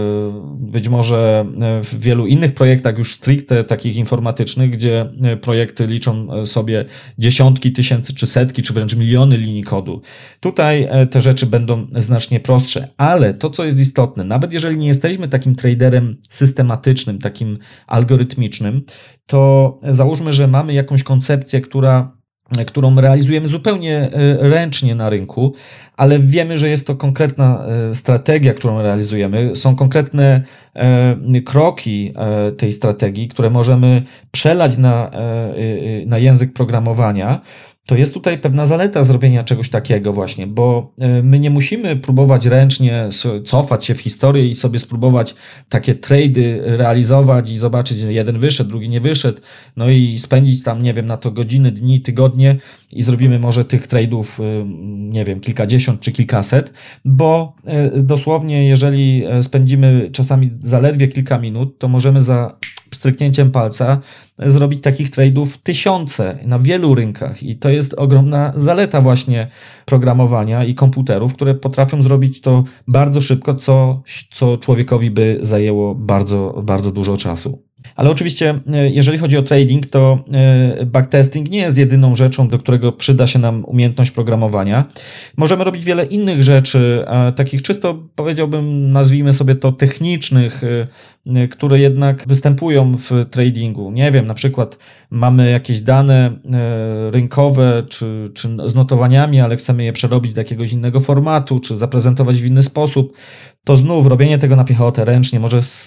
być może w wielu innych projektach już stricte takich informatycznych, gdzie projekty liczą sobie dziesiątki tysięcy, czy setki, czy wręcz miliony linii kodu. Tutaj te rzeczy będą znacznie prostsze, ale to, co jest istotne, nawet jeżeli nie jesteśmy takim traderem systematycznym, takim algorytmicznym, to załóżmy, że mamy jakąś koncepcję, która, którą realizujemy zupełnie ręcznie na rynku, ale wiemy, że jest to konkretna strategia, którą realizujemy, są konkretne kroki tej strategii, które możemy przelać na, na język programowania. To jest tutaj pewna zaleta zrobienia czegoś takiego właśnie, bo my nie musimy próbować ręcznie cofać się w historię i sobie spróbować takie trady realizować i zobaczyć, że jeden wyszedł, drugi nie wyszedł, no i spędzić tam, nie wiem, na to godziny, dni, tygodnie i zrobimy może tych trade'ów, nie wiem, kilkadziesiąt czy kilkaset, bo dosłownie jeżeli spędzimy czasami zaledwie kilka minut, to możemy za stryknięciem palca zrobić takich trade'ów tysiące na wielu rynkach i to jest ogromna zaleta właśnie programowania i komputerów, które potrafią zrobić to bardzo szybko, co, co człowiekowi by zajęło bardzo, bardzo dużo czasu. Ale oczywiście, jeżeli chodzi o trading, to backtesting nie jest jedyną rzeczą, do którego przyda się nam umiejętność programowania. Możemy robić wiele innych rzeczy, takich czysto, powiedziałbym, nazwijmy sobie to technicznych, które jednak występują w tradingu. Nie wiem, na przykład mamy jakieś dane rynkowe czy, czy z notowaniami, ale chcemy je przerobić do jakiegoś innego formatu, czy zaprezentować w inny sposób. To znów robienie tego na piechotę ręcznie może z,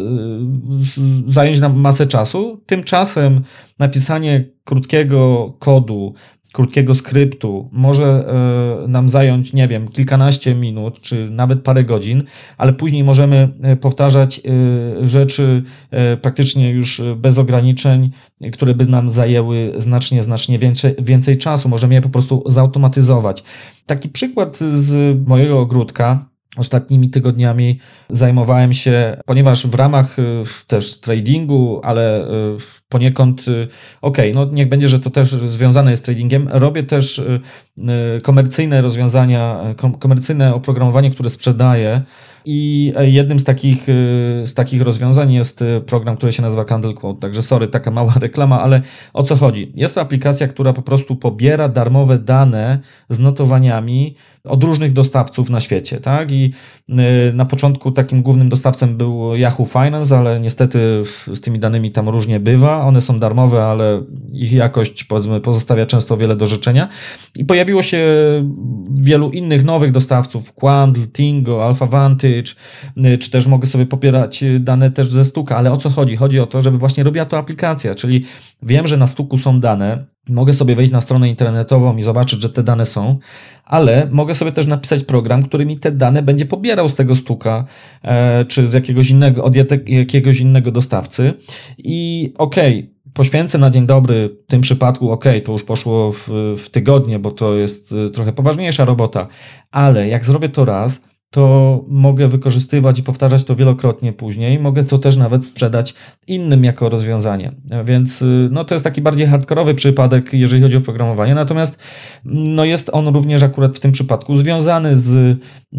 z, zająć nam masę czasu. Tymczasem napisanie krótkiego kodu, krótkiego skryptu może y, nam zająć, nie wiem, kilkanaście minut, czy nawet parę godzin, ale później możemy powtarzać y, rzeczy y, praktycznie już bez ograniczeń, które by nam zajęły znacznie, znacznie więcej, więcej czasu. Możemy je po prostu zautomatyzować. Taki przykład z mojego ogródka. Ostatnimi tygodniami zajmowałem się, ponieważ w ramach też tradingu, ale poniekąd, okej, okay, no niech będzie, że to też związane jest z tradingiem, robię też komercyjne rozwiązania, komercyjne oprogramowanie, które sprzedaję i jednym z takich, z takich rozwiązań jest program, który się nazywa Candle Quote, także sorry, taka mała reklama, ale o co chodzi? Jest to aplikacja, która po prostu pobiera darmowe dane z notowaniami od różnych dostawców na świecie, tak? I na początku takim głównym dostawcą był Yahoo Finance, ale niestety z tymi danymi tam różnie bywa. One są darmowe, ale ich jakość, powiedzmy, pozostawia często wiele do życzenia. I pojawiło się wielu innych nowych dostawców, Quandl, Tingo, Alpha Vantage, czy też mogę sobie popierać dane też ze Stuka, ale o co chodzi? Chodzi o to, żeby właśnie robiła to aplikacja, czyli wiem, że na Stuku są dane, mogę sobie wejść na stronę internetową i zobaczyć, że te dane są, ale mogę sobie też napisać program, który mi te dane będzie pobierał z tego Stuka, e, czy z jakiegoś innego, od jakiegoś innego dostawcy i okej, okay, poświęcę na dzień dobry w tym przypadku, ok, to już poszło w, w tygodnie, bo to jest trochę poważniejsza robota, ale jak zrobię to raz, to mogę wykorzystywać i powtarzać to wielokrotnie później. Mogę to też nawet sprzedać innym jako rozwiązanie. Więc no, to jest taki bardziej hardkorowy przypadek, jeżeli chodzi o programowanie. Natomiast no, jest on również akurat w tym przypadku związany z,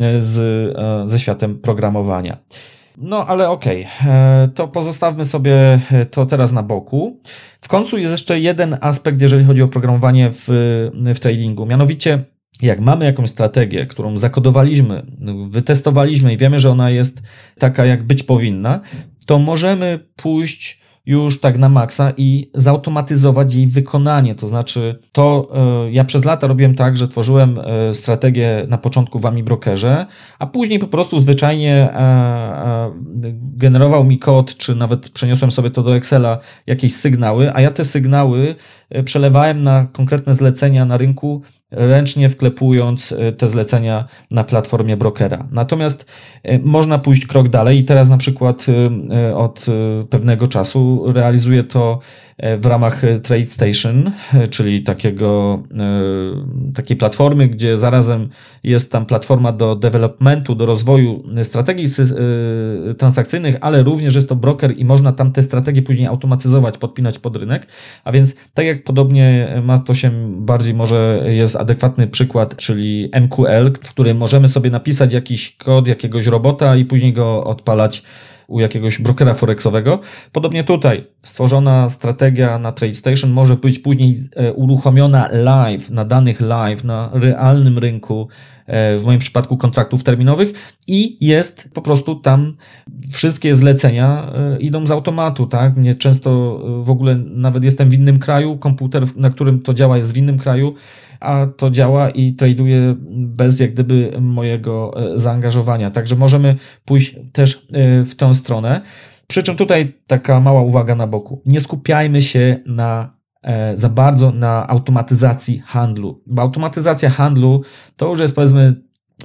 z, ze światem programowania. No ale okej, okay. To pozostawmy sobie to teraz na boku. W końcu jest jeszcze jeden aspekt, jeżeli chodzi o programowanie w, w tradingu. Mianowicie, jak mamy jakąś strategię, którą zakodowaliśmy, wytestowaliśmy i wiemy, że ona jest taka, jak być powinna, to możemy pójść już tak na maksa i zautomatyzować jej wykonanie. To znaczy, to y, ja przez lata robiłem tak, że tworzyłem y, strategię na początku w AmiBrokerze, a później po prostu zwyczajnie y, y, generował mi kod, czy nawet przeniosłem sobie to do Excela, jakieś sygnały, a ja te sygnały y, przelewałem na konkretne zlecenia na rynku, ręcznie wklepując te zlecenia na platformie brokera. Natomiast można pójść krok dalej i teraz na przykład od pewnego czasu realizuję to w ramach TradeStation, czyli takiego, takiej platformy, gdzie zarazem jest tam platforma do developmentu, do rozwoju strategii transakcyjnych, ale również jest to broker i można tam te strategie później automatyzować, podpinać pod rynek. A więc tak jak podobnie ma to się bardziej może jest adekwatny przykład, czyli M Q L, w którym możemy sobie napisać jakiś kod jakiegoś robota i później go odpalać u jakiegoś brokera forexowego. Podobnie tutaj stworzona strategia na TradeStation może być później uruchomiona live, na danych live, na realnym rynku, w moim przypadku kontraktów terminowych i jest po prostu tam wszystkie zlecenia idą z automatu, tak? Mnie często w ogóle nawet jestem w innym kraju, komputer, na którym to działa, jest w innym kraju, a to działa i traduje bez jak gdyby mojego zaangażowania. Także możemy pójść też w tę stronę. Przy czym tutaj taka mała uwaga na boku. Nie skupiajmy się na za bardzo na automatyzacji handlu. Bo automatyzacja handlu to już jest powiedzmy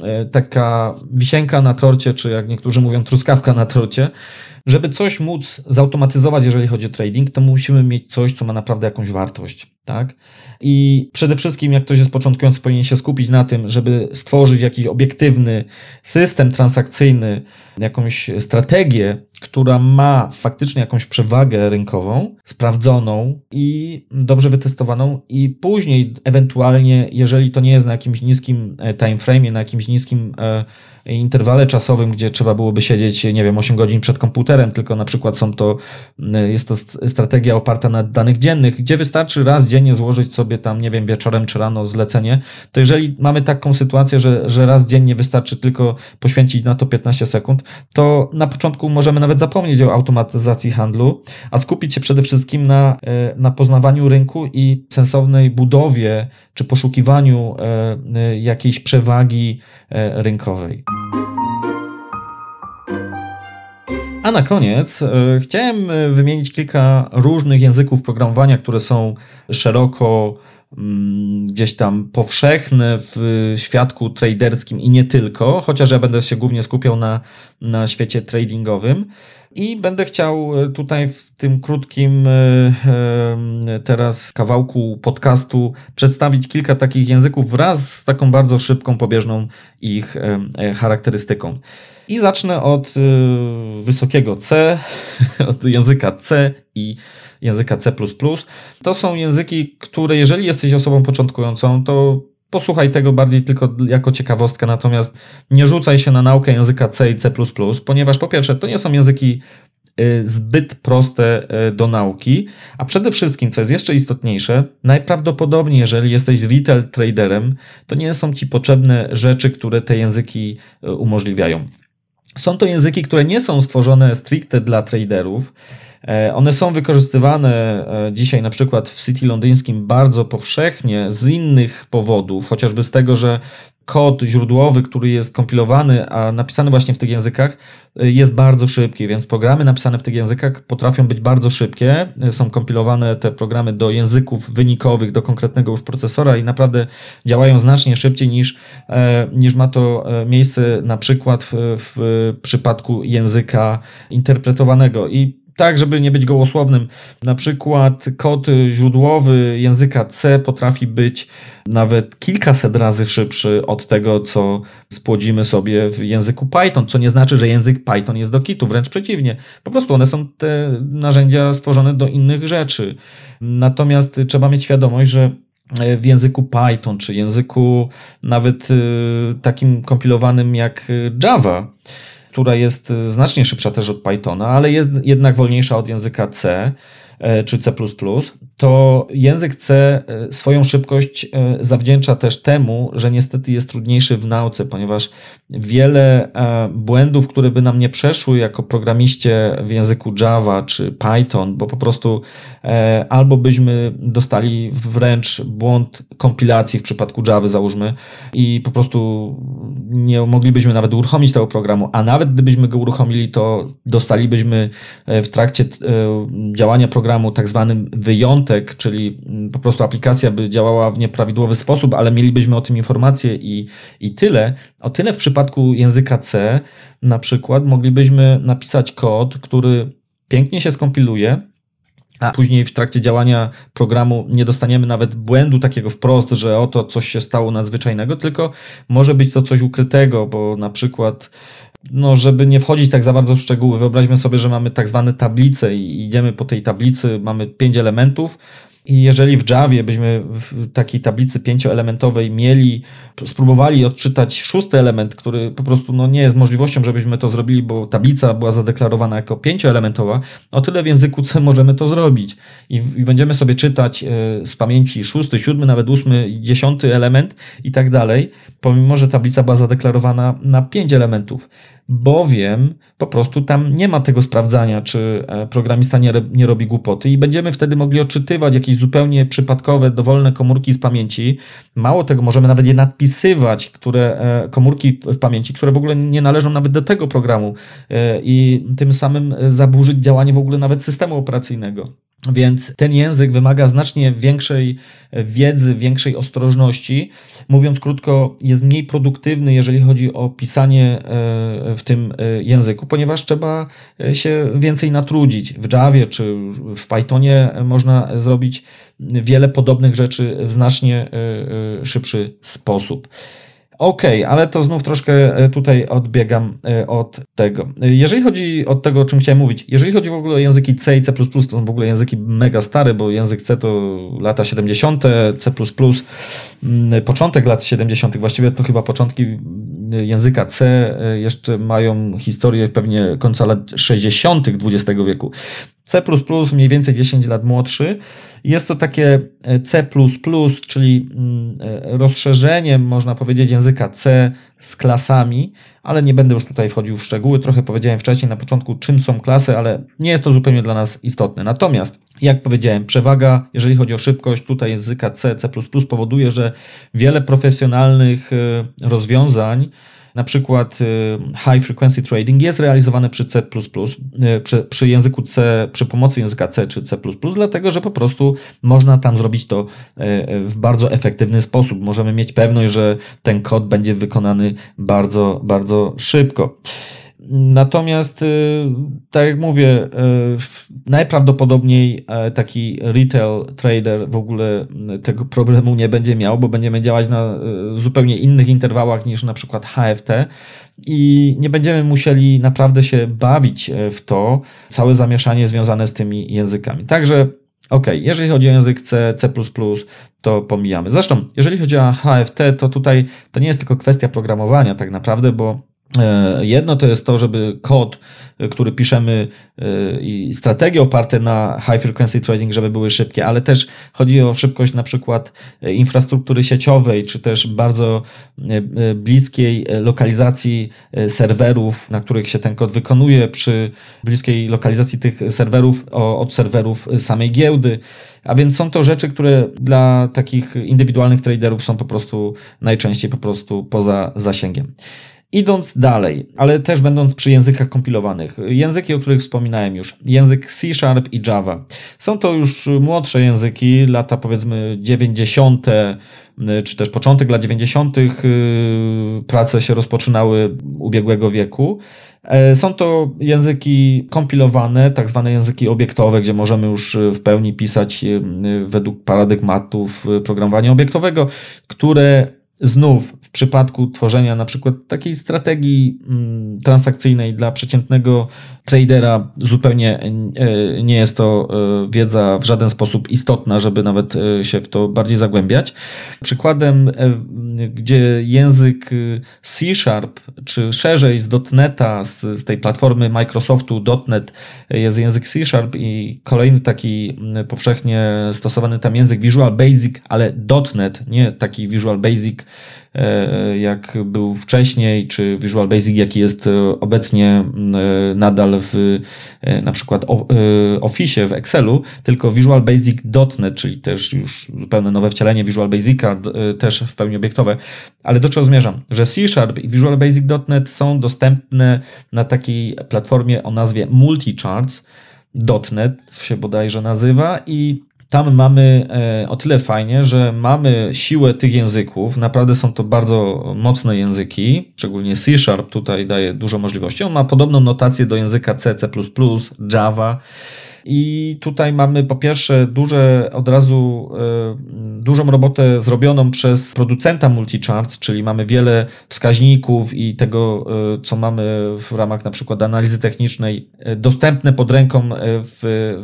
taka wisienka na torcie, czy jak niektórzy mówią truskawka na torcie. Żeby coś móc zautomatyzować, jeżeli chodzi o trading, to musimy mieć coś, co ma naprawdę jakąś wartość, tak? I przede wszystkim, jak ktoś jest początkujący, powinien się skupić na tym, żeby stworzyć jakiś obiektywny system transakcyjny, jakąś strategię, która ma faktycznie jakąś przewagę rynkową, sprawdzoną i dobrze wytestowaną i później ewentualnie, jeżeli to nie jest na jakimś niskim timeframe'ie, na jakimś niskim e, interwale czasowym, gdzie trzeba byłoby siedzieć, nie wiem, osiem godzin przed komputerem, tylko na przykład są to, jest to strategia oparta na danych dziennych, gdzie wystarczy raz dziennie złożyć sobie tam, nie wiem, wieczorem czy rano zlecenie, to jeżeli mamy taką sytuację, że, że raz dziennie wystarczy tylko poświęcić na to piętnaście sekund, to na początku możemy nawet zapomnieć o automatyzacji handlu, a skupić się przede wszystkim na, na poznawaniu rynku i sensownej budowie czy poszukiwaniu jakiejś przewagi rynkowej. A na koniec e, chciałem wymienić kilka różnych języków programowania, które są szeroko mm, gdzieś tam powszechne w świadku traderskim i nie tylko, chociaż ja będę się głównie skupiał na, na świecie tradingowym. I będę chciał tutaj w tym krótkim teraz kawałku podcastu przedstawić kilka takich języków wraz z taką bardzo szybką, pobieżną ich charakterystyką. I zacznę od wysokiego C, od języka C i języka C plus plus. To są języki, które jeżeli jesteś osobą początkującą, to posłuchaj tego bardziej tylko jako ciekawostkę, natomiast nie rzucaj się na naukę języka C i C plus plus, ponieważ po pierwsze to nie są języki zbyt proste do nauki, a przede wszystkim, co jest jeszcze istotniejsze, najprawdopodobniej, jeżeli jesteś retail traderem, to nie są Ci potrzebne rzeczy, które te języki umożliwiają. Są to języki, które nie są stworzone stricte dla traderów. One są wykorzystywane dzisiaj na przykład w City londyńskim bardzo powszechnie z innych powodów, chociażby z tego, że kod źródłowy, który jest kompilowany, a napisany właśnie w tych językach, jest bardzo szybki, więc programy napisane w tych językach potrafią być bardzo szybkie. Są kompilowane te programy do języków wynikowych, do konkretnego już procesora i naprawdę działają znacznie szybciej niż, niż ma to miejsce na przykład w, w przypadku języka interpretowanego. I tak, żeby nie być gołosłownym, na przykład kod źródłowy języka C potrafi być nawet kilkaset razy szybszy od tego, co spłodzimy sobie w języku Python, co nie znaczy, że język Python jest do kitu, wręcz przeciwnie. Po prostu one są te narzędzia stworzone do innych rzeczy. Natomiast trzeba mieć świadomość, że w języku Python, czy języku nawet takim kompilowanym jak Java, która jest znacznie szybsza też od Pythona, ale jest jednak wolniejsza od języka C czy C plus plus, to język C swoją szybkość zawdzięcza też temu, że niestety jest trudniejszy w nauce, ponieważ wiele błędów, które by nam nie przeszły jako programiście w języku Java czy Python, bo po prostu albo byśmy dostali wręcz błąd kompilacji w przypadku Javy, załóżmy, i po prostu nie moglibyśmy nawet uruchomić tego programu, a nawet gdybyśmy go uruchomili, to dostalibyśmy w trakcie działania programu tak zwany wyjątek, czyli po prostu aplikacja by działała w nieprawidłowy sposób, ale mielibyśmy o tym informację i, i tyle. O tyle w przypadku języka C na przykład moglibyśmy napisać kod, który pięknie się skompiluje, a później w trakcie działania programu nie dostaniemy nawet błędu takiego wprost, że oto coś się stało nadzwyczajnego, tylko może być to coś ukrytego, bo na przykład, no żeby nie wchodzić tak za bardzo w szczegóły, wyobraźmy sobie, że mamy tak zwane tablice i idziemy po tej tablicy, mamy pięć elementów i jeżeli w Javie byśmy w takiej tablicy pięcioelementowej mieli, spróbowali odczytać szósty element, który po prostu no, nie jest możliwością, żebyśmy to zrobili, bo tablica była zadeklarowana jako pięcioelementowa, o tyle w języku C możemy to zrobić i, i będziemy sobie czytać y, z pamięci szósty, siódmy, nawet ósmy, dziesiąty element i tak dalej, pomimo że tablica była zadeklarowana na pięć elementów, bowiem po prostu tam nie ma tego sprawdzania, czy programista nie, nie robi głupoty i będziemy wtedy mogli odczytywać jakieś zupełnie przypadkowe, dowolne komórki z pamięci. Mało tego, możemy nawet je nadpisywać, które komórki w pamięci, które w ogóle nie należą nawet do tego programu i tym samym zaburzyć działanie w ogóle nawet systemu operacyjnego. Więc ten język wymaga znacznie większej wiedzy, większej ostrożności. Mówiąc krótko, jest mniej produktywny, jeżeli chodzi o pisanie w tym języku, ponieważ trzeba się więcej natrudzić. W Javie czy w Pythonie można zrobić wiele podobnych rzeczy w znacznie szybszy sposób. Okej, okay, ale to znów troszkę tutaj odbiegam od tego. Jeżeli chodzi o tego, o czym chciałem mówić, jeżeli chodzi w ogóle o języki C i C plus plus, to są w ogóle języki mega stare, bo język C to lata siedemdziesiąte, C plus plus początek lat siedemdziesiątych, właściwie to chyba początki języka C jeszcze mają historię pewnie końca lat sześćdziesiątych dwudziestego wieku. C plus plus mniej więcej dziesięć lat młodszy. Jest to takie C plus plus, czyli rozszerzenie, można powiedzieć, języka C z klasami, ale nie będę już tutaj wchodził w szczegóły. Trochę powiedziałem wcześniej na początku, czym są klasy, ale nie jest to zupełnie dla nas istotne. Natomiast, jak powiedziałem, przewaga, jeżeli chodzi o szybkość tutaj języka C, C plus plus powoduje, że wiele profesjonalnych rozwiązań, na przykład high frequency trading jest realizowane przy C plus plus, przy, przy języku C, przy pomocy języka C czy C plus plus, dlatego że po prostu można tam zrobić to w bardzo efektywny sposób. Możemy mieć pewność, że ten kod będzie wykonany bardzo, bardzo szybko. Natomiast, tak jak mówię, najprawdopodobniej taki retail trader w ogóle tego problemu nie będzie miał, bo będziemy działać na zupełnie innych interwałach niż na przykład H F T i nie będziemy musieli naprawdę się bawić w to całe zamieszanie związane z tymi językami. Także ok, jeżeli chodzi o język C, C plus plus, to pomijamy. Zresztą, jeżeli chodzi o H F T, to tutaj to nie jest tylko kwestia programowania tak naprawdę, bo Jedno to jest to, żeby kod, który piszemy i strategie oparte na high frequency trading, żeby były szybkie, ale też chodzi o szybkość na przykład infrastruktury sieciowej, czy też bardzo bliskiej lokalizacji serwerów, na których się ten kod wykonuje, przy bliskiej lokalizacji tych serwerów od serwerów samej giełdy. A więc są to rzeczy, które dla takich indywidualnych traderów są po prostu najczęściej po prostu poza zasięgiem. Idąc dalej, ale też będąc przy językach kompilowanych, języki, o których wspominałem już, język C Sharp i Java. Są to już młodsze języki, lata powiedzmy dziewięćdziesiąte, czy też początek lat dziewięćdziesiątych. Prace się rozpoczynały ubiegłego wieku. Są to języki kompilowane, tak zwane języki obiektowe, gdzie możemy już w pełni pisać według paradygmatów programowania obiektowego, które znów w przypadku tworzenia na przykład takiej strategii transakcyjnej dla przeciętnego tradera zupełnie nie jest to wiedza w żaden sposób istotna, żeby nawet się w to bardziej zagłębiać. Przykładem, gdzie język C Sharp, czy szerzej z neta, z, z tej platformy Microsoftu .NET jest język C Sharp i kolejny taki powszechnie stosowany tam język Visual Basic, ale .NET, nie taki Visual Basic jak był wcześniej, czy Visual Basic, jaki jest obecnie nadal w na przykład Office, w Excelu, tylko Visual Basic .NET, czyli też już zupełnie nowe wcielenie Visual Basica, też w pełni obiektowe. Ale do czego zmierzam? Że C Sharp i Visual Basic .NET są dostępne na takiej platformie o nazwie Multicharts kropka net się bodajże nazywa i tam mamy o tyle fajnie, że mamy siłę tych języków. Naprawdę są to bardzo mocne języki, szczególnie C Sharp tutaj daje dużo możliwości. On ma podobną notację do języka C, C plus plus, Java. I tutaj mamy po pierwsze duże, od razu y, dużą robotę zrobioną przez producenta Multicharts, czyli mamy wiele wskaźników i tego, y, co mamy w ramach na przykład analizy technicznej, y, dostępne pod ręką w,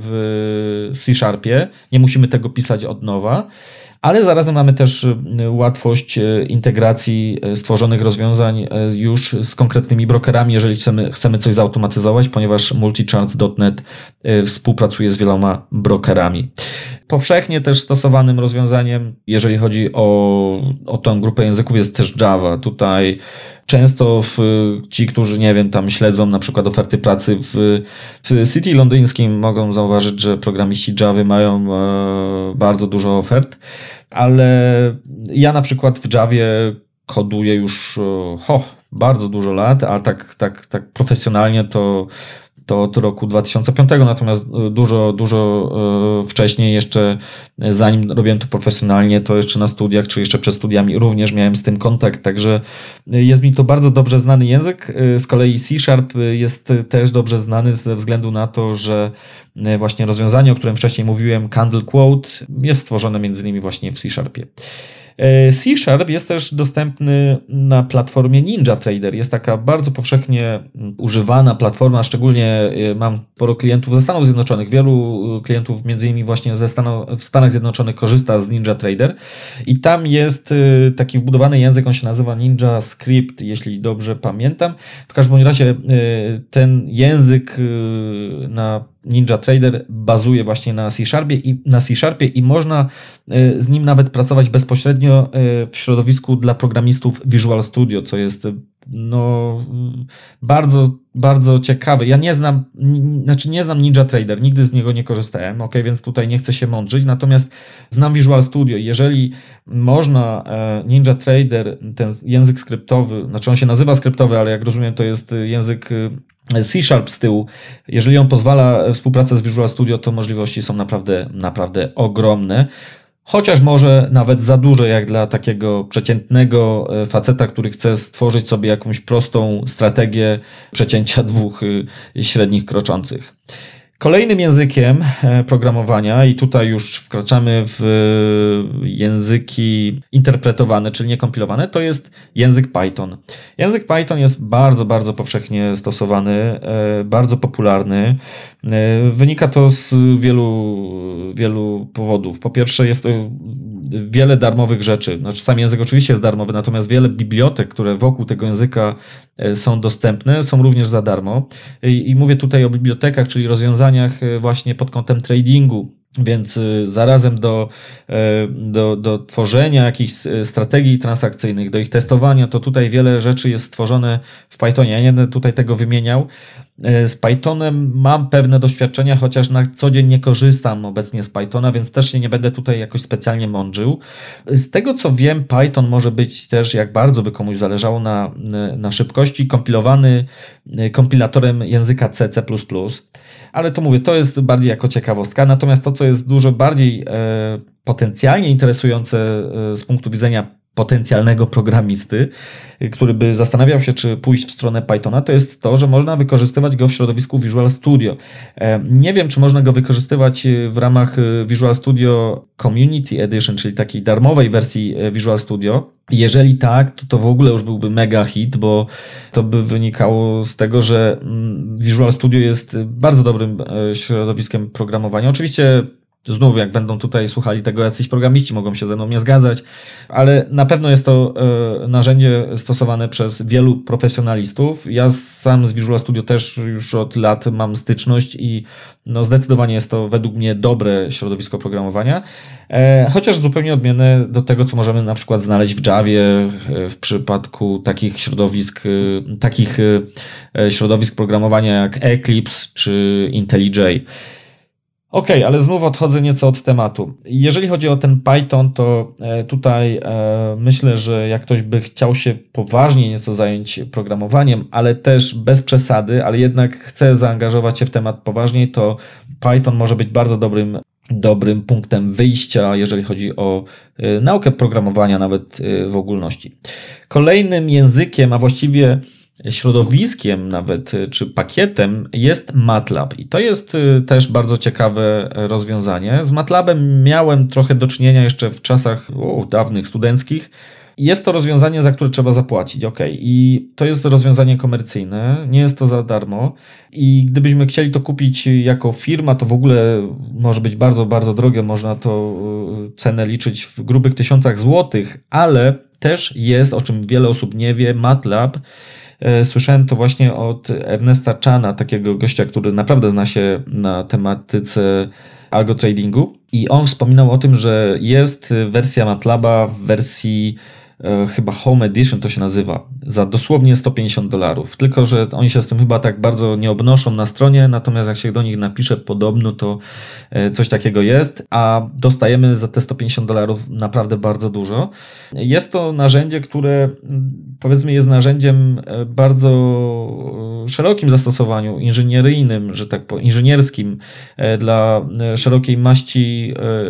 w C Sharpie. Nie musimy tego pisać od nowa. Ale zarazem mamy też łatwość integracji stworzonych rozwiązań już z konkretnymi brokerami, jeżeli chcemy, chcemy coś zautomatyzować, ponieważ Multicharts kropka net współpracuje z wieloma brokerami. Powszechnie też stosowanym rozwiązaniem, jeżeli chodzi o, o tę grupę języków, jest też Java. Tutaj często w, ci, którzy nie wiem, tam śledzą na przykład oferty pracy w, w City londyńskim, mogą zauważyć, że programiści Java mają e, bardzo dużo ofert, ale ja na przykład w Javie koduję już ho, bardzo dużo lat, ale tak, tak, tak profesjonalnie to to od roku dwa tysiące piątego, natomiast dużo, dużo wcześniej jeszcze, zanim robiłem to profesjonalnie, to jeszcze na studiach, czy jeszcze przed studiami również miałem z tym kontakt, także jest mi to bardzo dobrze znany język. Z kolei C Sharp jest też dobrze znany ze względu na to, że właśnie rozwiązanie, o którym wcześniej mówiłem, Candle Quote, jest stworzone między innymi właśnie w C Sharpie. C Sharp jest też dostępny na platformie NinjaTrader. Jest taka bardzo powszechnie używana platforma, szczególnie mam sporo klientów ze Stanów Zjednoczonych. Wielu klientów między innymi właśnie ze Stanów, w Stanach Zjednoczonych korzysta z NinjaTrader i tam jest taki wbudowany język, on się nazywa NinjaScript, jeśli dobrze pamiętam. W każdym razie ten język na NinjaTrader bazuje właśnie na C Sharpie i na C Sharpie i można z nim nawet pracować bezpośrednio w środowisku dla programistów Visual Studio, co jest no bardzo, bardzo ciekawe. Ja nie znam, znaczy nie znam NinjaTrader, nigdy z niego nie korzystałem, ok, więc tutaj nie chcę się mądrzyć, natomiast znam Visual Studio. Jeżeli można NinjaTrader, ten język skryptowy, znaczy on się nazywa skryptowy, ale jak rozumiem to jest język C Sharp z tyłu, jeżeli on pozwala współpracę z Visual Studio, to możliwości są naprawdę, naprawdę ogromne. Chociaż może nawet za duże jak dla takiego przeciętnego faceta, który chce stworzyć sobie jakąś prostą strategię przecięcia dwóch średnich kroczących. Kolejnym językiem programowania, i tutaj już wkraczamy w języki interpretowane, czyli niekompilowane, to jest język Python. Język Python jest bardzo, bardzo powszechnie stosowany, bardzo popularny. Wynika to z wielu, wielu powodów. Po pierwsze jest to wiele darmowych rzeczy. Znaczy sam język oczywiście jest darmowy, natomiast wiele bibliotek, które wokół tego języka są dostępne, są również za darmo. I, i mówię tutaj o bibliotekach, czyli rozwiązaniach właśnie pod kątem tradingu. Więc zarazem do, do, do tworzenia jakichś strategii transakcyjnych, do ich testowania, to tutaj wiele rzeczy jest stworzone w Pythonie. Ja nie będę tutaj tego wymieniał. Z Pythonem mam pewne doświadczenia, chociaż na co dzień nie korzystam obecnie z Pythona, więc też się nie będę tutaj jakoś specjalnie mądrzył. Z tego co wiem, Python może być też, jak bardzo by komuś zależało na, na szybkości, kompilowany kompilatorem języka C, C plus plus. Ale to mówię, to jest bardziej jako ciekawostka. Natomiast to, co jest dużo bardziej e, potencjalnie interesujące e, z punktu widzenia potencjalnego programisty, który by zastanawiał się, czy pójść w stronę Pythona, to jest to, że można wykorzystywać go w środowisku Visual Studio. Nie wiem, czy można go wykorzystywać w ramach Visual Studio Community Edition, czyli takiej darmowej wersji Visual Studio. Jeżeli tak, to to w ogóle już byłby mega hit, bo to by wynikało z tego, że Visual Studio jest bardzo dobrym środowiskiem programowania. Oczywiście znów, jak będą tutaj słuchali tego jacyś programiści, mogą się ze mną nie zgadzać, ale na pewno jest to e, narzędzie stosowane przez wielu profesjonalistów. Ja sam z Visual Studio też już od lat mam styczność i no zdecydowanie jest to według mnie dobre środowisko programowania, e, chociaż zupełnie odmienne do tego, co możemy na przykład znaleźć w Javie e, w przypadku takich środowisk, e, takich e, środowisk programowania jak Eclipse czy IntelliJ. Okej, okay, ale znów odchodzę nieco od tematu. Jeżeli chodzi o ten Python, to tutaj myślę, że jak ktoś by chciał się poważnie nieco zająć programowaniem, ale też bez przesady, ale jednak chce zaangażować się w temat poważniej, to Python może być bardzo dobrym, dobrym punktem wyjścia, jeżeli chodzi o naukę programowania nawet w ogólności. Kolejnym językiem, a właściwie środowiskiem nawet, czy pakietem jest MATLAB i to jest też bardzo ciekawe rozwiązanie. Z MATLABem miałem trochę do czynienia jeszcze w czasach o, dawnych studenckich. Jest to rozwiązanie, za które trzeba zapłacić, ok. I to jest rozwiązanie komercyjne, nie jest to za darmo i gdybyśmy chcieli to kupić jako firma, to w ogóle może być bardzo, bardzo drogie, można to cenę liczyć w grubych tysiącach złotych, ale też jest, o czym wiele osób nie wie, MATLAB. Słyszałem to właśnie od Ernesta Chana, takiego gościa, który naprawdę zna się na tematyce algotradingu i on wspominał o tym, że jest wersja MATLABa w wersji e, chyba Home Edition to się nazywa, za dosłownie sto pięćdziesiąt dolarów, tylko że oni się z tym chyba tak bardzo nie obnoszą na stronie, natomiast jak się do nich napisze podobno, to e, coś takiego jest, a dostajemy za te sto pięćdziesiąt dolarów naprawdę bardzo dużo. Jest to narzędzie, które powiedzmy jest narzędziem bardzo szerokim zastosowaniu inżynieryjnym, że tak powiem, inżynierskim dla szerokiej maści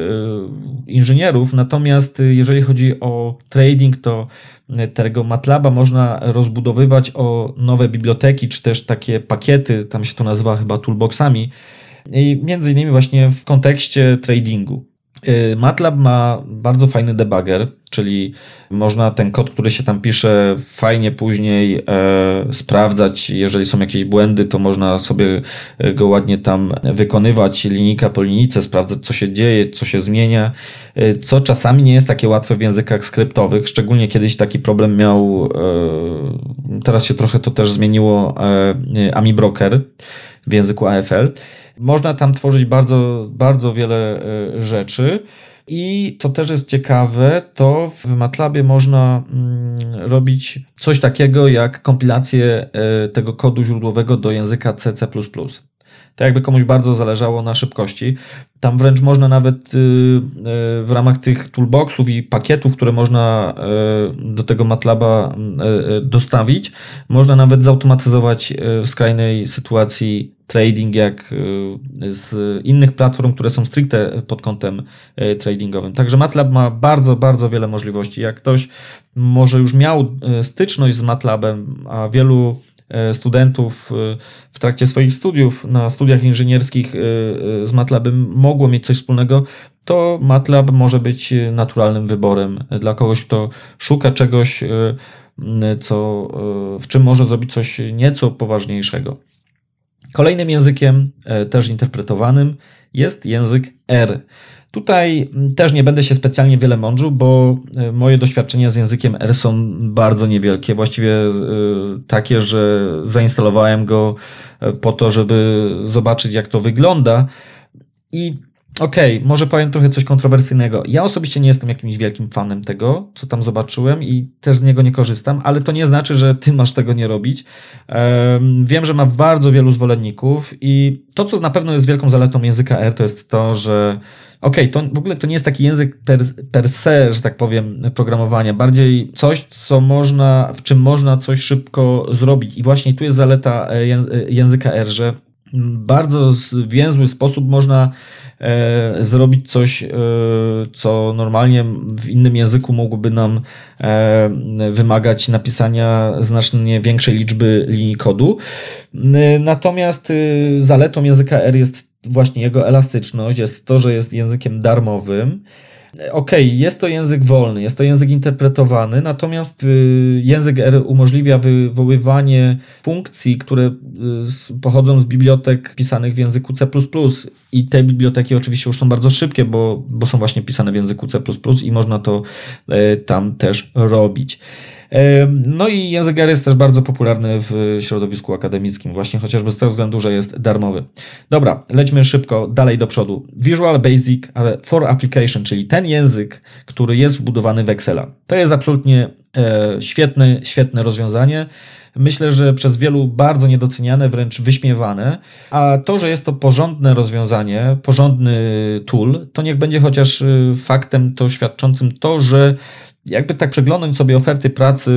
inżynierów, natomiast jeżeli chodzi o trading, to tego MATLABa można rozbudowywać o nowe biblioteki, czy też takie pakiety, tam się to nazywa chyba toolboxami, i między innymi właśnie w kontekście tradingu. MATLAB ma bardzo fajny debugger, czyli można ten kod, który się tam pisze, fajnie później e, sprawdzać. Jeżeli są jakieś błędy, to można sobie go ładnie tam wykonywać linijka po linijce, sprawdzać, co się dzieje, co się zmienia, co czasami nie jest takie łatwe w językach skryptowych. Szczególnie kiedyś taki problem miał, e, teraz się trochę to też zmieniło, e, AmiBroker w języku A F L. Można tam tworzyć bardzo, bardzo wiele rzeczy i co też jest ciekawe, to w MATLABie można robić coś takiego jak kompilację tego kodu źródłowego do języka C, C plus plus. Tak jakby komuś bardzo zależało na szybkości. Tam wręcz można nawet w ramach tych toolboxów i pakietów, które można do tego MATLABa dostawić, można nawet zautomatyzować w skrajnej sytuacji trading jak z innych platform, które są stricte pod kątem tradingowym. Także MATLAB ma bardzo, bardzo wiele możliwości. Jak ktoś może już miał styczność z MATLABem, a wielu studentów w trakcie swoich studiów na studiach inżynierskich z MATLABem mogło mieć coś wspólnego, to MATLAB może być naturalnym wyborem dla kogoś, kto szuka czegoś, co, w czym może zrobić coś nieco poważniejszego. Kolejnym językiem, też interpretowanym, jest język R. Tutaj też nie będę się specjalnie wiele mądrzył, bo moje doświadczenia z językiem R są bardzo niewielkie. Właściwie takie, że zainstalowałem go po to, żeby zobaczyć, jak to wygląda. I okej, okay, może powiem trochę coś kontrowersyjnego. Ja osobiście nie jestem jakimś wielkim fanem tego, co tam zobaczyłem i też z niego nie korzystam, ale to nie znaczy, że ty masz tego nie robić. Wiem, że ma bardzo wielu zwolenników i to, co na pewno jest wielką zaletą języka R, to jest to, że okej, okay, to w ogóle to nie jest taki język per, per se, że tak powiem, programowania. Bardziej coś, co można, w czym można coś szybko zrobić. I właśnie tu jest zaleta języka R, że bardzo zwięzły sposób można e, zrobić coś, e, co normalnie w innym języku mogłoby nam e, wymagać napisania znacznie większej liczby linii kodu. E, natomiast e, zaletą języka R jest właśnie jego elastyczność, jest to, że jest językiem darmowym. Okej, okay, jest to język wolny, jest to język interpretowany, natomiast y, język R umożliwia wywoływanie funkcji, które y, pochodzą z bibliotek pisanych w języku C plus plus i te biblioteki oczywiście już są bardzo szybkie, bo, bo są właśnie pisane w języku C plus plus i można to y, tam też robić. No i język R jest też bardzo popularny w środowisku akademickim, właśnie chociażby z tego względu, że jest darmowy. Dobra, lećmy szybko dalej do przodu. Visual Basic for Application, czyli ten język, który jest wbudowany w Excela. To jest absolutnie e, świetne, świetne rozwiązanie. Myślę, że przez wielu bardzo niedoceniane, wręcz wyśmiewane, a to, że jest to porządne rozwiązanie, porządny tool, to niech będzie chociaż faktem to świadczącym to, że jakby tak przeglądnąć sobie oferty pracy,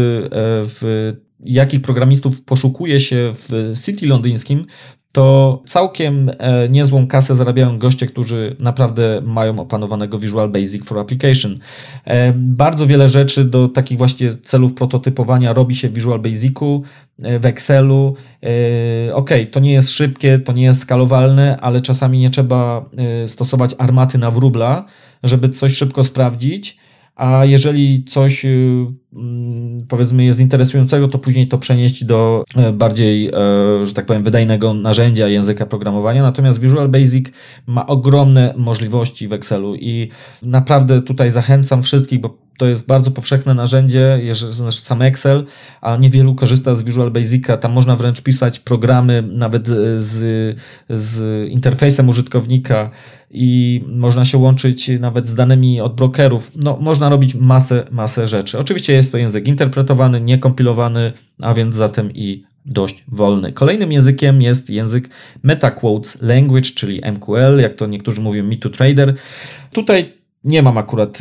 w jakich programistów poszukuje się w City londyńskim, to całkiem niezłą kasę zarabiają goście, którzy naprawdę mają opanowanego Visual Basic for Application. Bardzo wiele rzeczy do takich właśnie celów prototypowania robi się w Visual Basicu, w Excelu. Ok, to nie jest szybkie, to nie jest skalowalne, ale czasami nie trzeba stosować armaty na wróbla, żeby coś szybko sprawdzić. A jeżeli coś, powiedzmy, jest interesującego, to później to przenieść do bardziej, że tak powiem, wydajnego narzędzia języka programowania. Natomiast Visual Basic ma ogromne możliwości w Excelu i naprawdę tutaj zachęcam wszystkich, bo to jest bardzo powszechne narzędzie, znaczy sam Excel, a niewielu korzysta z Visual Basica. Tam można wręcz pisać programy nawet z, z interfejsem użytkownika i można się łączyć nawet z danymi od brokerów. No, można robić masę, masę rzeczy. Oczywiście jest to język interpretowany, niekompilowany, a więc zatem i dość wolny. Kolejnym językiem jest język MetaQuotes Language, czyli M Q L, jak to niektórzy mówią MeToTrader. Tutaj nie mam akurat,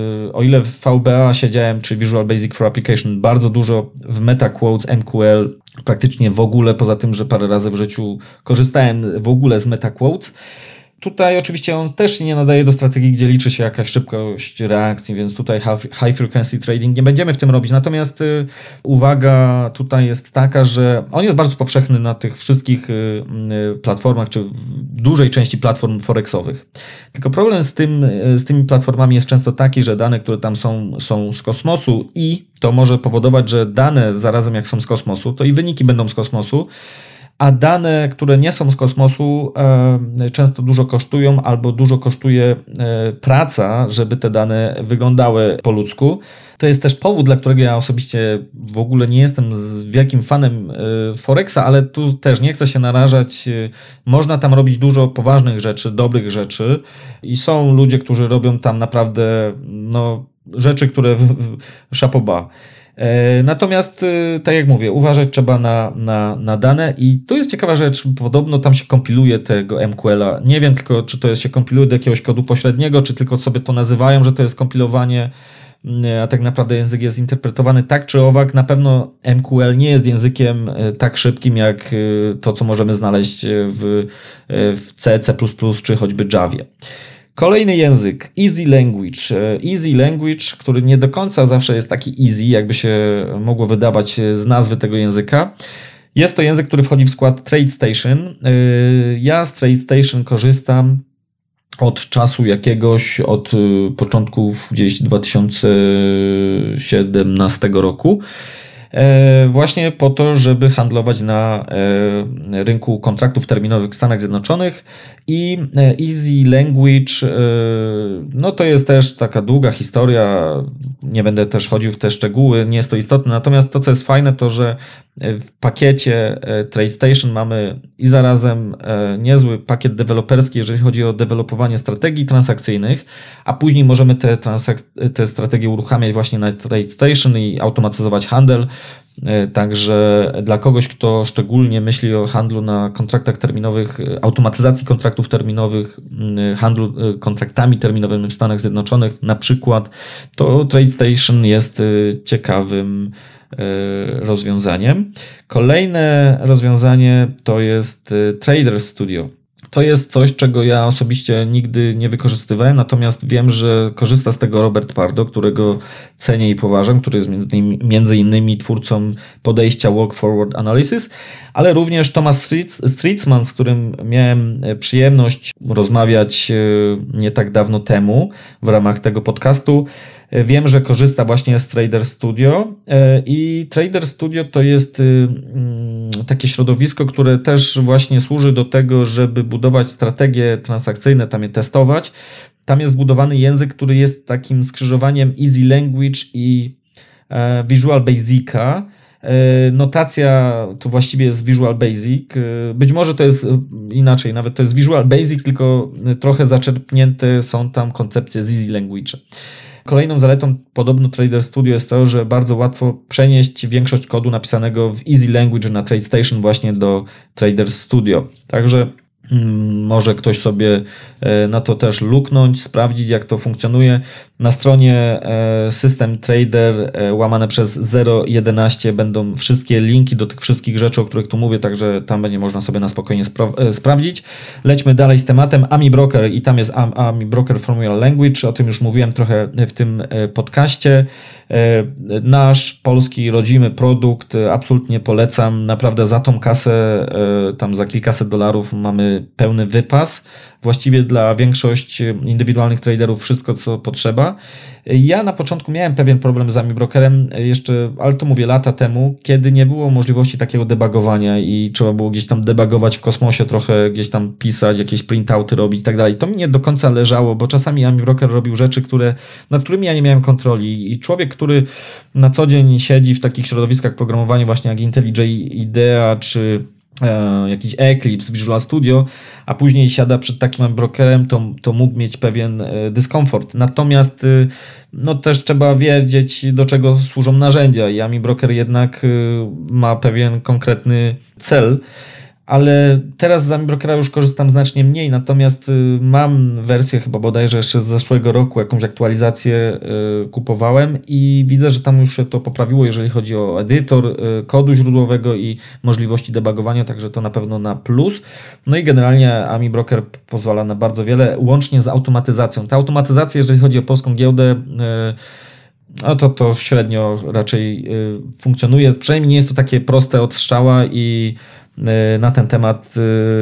o ile w V B A siedziałem, czy Visual Basic for Application, bardzo dużo w MetaQuotes M Q L, praktycznie w ogóle, poza tym, że parę razy w życiu korzystałem w ogóle z MetaQuotes. Tutaj oczywiście on też się nie nadaje do strategii, gdzie liczy się jakaś szybkość reakcji, więc tutaj high frequency trading nie będziemy w tym robić. Natomiast y, uwaga tutaj jest taka, że on jest bardzo powszechny na tych wszystkich y, y, platformach, czy w dużej części platform forexowych. Tylko problem z tym, y, z tymi platformami jest często taki, że dane, które tam są, są z kosmosu i to może powodować, że dane zarazem jak są z kosmosu, to i wyniki będą z kosmosu, a dane, które nie są z kosmosu, e, często dużo kosztują albo dużo kosztuje e, praca, żeby te dane wyglądały po ludzku. To jest też powód, dla którego ja osobiście w ogóle nie jestem wielkim fanem e, Forexa, ale tu też nie chcę się narażać. E, można tam robić dużo poważnych rzeczy, dobrych rzeczy i są ludzie, którzy robią tam naprawdę no, rzeczy, które w, w, chapeau bas. Natomiast, tak jak mówię, uważać trzeba na, na, na dane i tu jest ciekawa rzecz, podobno tam się kompiluje tego M Q L-a. Nie wiem tylko, czy to jest, się kompiluje do jakiegoś kodu pośredniego, czy tylko sobie to nazywają, że to jest kompilowanie, a tak naprawdę język jest interpretowany tak czy owak. Na pewno M Q L nie jest językiem tak szybkim jak to, co możemy znaleźć w, w C, C plus plus czy choćby Javie. Kolejny język, Easy Language. Easy Language, który nie do końca zawsze jest taki easy, jakby się mogło wydawać z nazwy tego języka. Jest to język, który wchodzi w skład TradeStation. Ja z TradeStation korzystam od czasu jakiegoś, od początków gdzieś dwa tysiące siedemnastego roku. właśnie po to, żeby handlować na rynku kontraktów terminowych w Stanach Zjednoczonych. I Easy Language, no to jest też taka długa historia, nie będę też chodził w te szczegóły, nie jest to istotne, natomiast to, co jest fajne, to, że w pakiecie TradeStation mamy i zarazem niezły pakiet deweloperski, jeżeli chodzi o dewelopowanie strategii transakcyjnych, a później możemy te, transak- te strategie uruchamiać właśnie na TradeStation i automatyzować handel. Także dla kogoś, kto szczególnie myśli o handlu na kontraktach terminowych, automatyzacji kontraktów terminowych, handlu kontraktami terminowymi w Stanach Zjednoczonych na przykład, to TradeStation jest ciekawym rozwiązaniem. Kolejne rozwiązanie to jest Trader Studio. To jest coś, czego ja osobiście nigdy nie wykorzystywałem, natomiast wiem, że korzysta z tego Robert Pardo, którego cenię i poważam, który jest między innymi twórcą podejścia Walk Forward Analysis, ale również Thomas Stritzman, z którym miałem przyjemność rozmawiać nie tak dawno temu w ramach tego podcastu. Wiem, że korzysta właśnie z Trader Studio i Trader Studio to jest takie środowisko, które też właśnie służy do tego, żeby budować strategie transakcyjne, tam je testować. Tam jest zbudowany język, który jest takim skrzyżowaniem Easy Language i Visual Basica. Notacja to właściwie jest Visual Basic. Być może to jest inaczej, nawet to jest Visual Basic, tylko trochę zaczerpnięte są tam koncepcje z Easy Language. Kolejną zaletą podobno Trader Studio jest to, że bardzo łatwo przenieść większość kodu napisanego w Easy Language na TradeStation właśnie do Trader Studio. Także hmm, może ktoś sobie na to też luknąć, sprawdzić, jak to funkcjonuje. Na stronie System Trader łamane przez zero jedenaście będą wszystkie linki do tych wszystkich rzeczy, o których tu mówię, także tam będzie można sobie na spokojnie spra- sprawdzić. Lećmy dalej z tematem Ami Broker i tam jest Ami Broker Formula Language, o tym już mówiłem trochę w tym podcaście. Nasz polski rodzimy produkt, absolutnie polecam, naprawdę za tą kasę, tam za kilkaset dolarów mamy pełny wypas. Właściwie dla większości indywidualnych traderów wszystko, co potrzeba. Ja na początku miałem pewien problem z Ami Brokerem, jeszcze, ale to mówię lata temu, kiedy nie było możliwości takiego debugowania i trzeba było gdzieś tam debugować w kosmosie, trochę gdzieś tam pisać, jakieś printouty robić i tak dalej. To mi nie do końca leżało, bo czasami Ami Broker robił rzeczy, które, nad którymi ja nie miałem kontroli i człowiek, który na co dzień siedzi w takich środowiskach programowania właśnie jak IntelliJ IDEA czy e, jakiś Eclipse, Visual Studio, a później siada przed takim brokerem, to, to mógł mieć pewien dyskomfort. Natomiast no też trzeba wiedzieć, do czego służą narzędzia i Ami Broker jednak ma pewien konkretny cel. Ale teraz z Ami Brokera już korzystam znacznie mniej, natomiast mam wersję chyba bodajże jeszcze z zeszłego roku, jakąś aktualizację kupowałem i widzę, że tam już się to poprawiło, jeżeli chodzi o edytor kodu źródłowego i możliwości debugowania, także to na pewno na plus. No i generalnie Ami Broker pozwala na bardzo wiele, łącznie z automatyzacją. Ta automatyzacja, jeżeli chodzi o polską giełdę, no to to średnio raczej funkcjonuje, przynajmniej nie jest to takie proste od strzała i na ten temat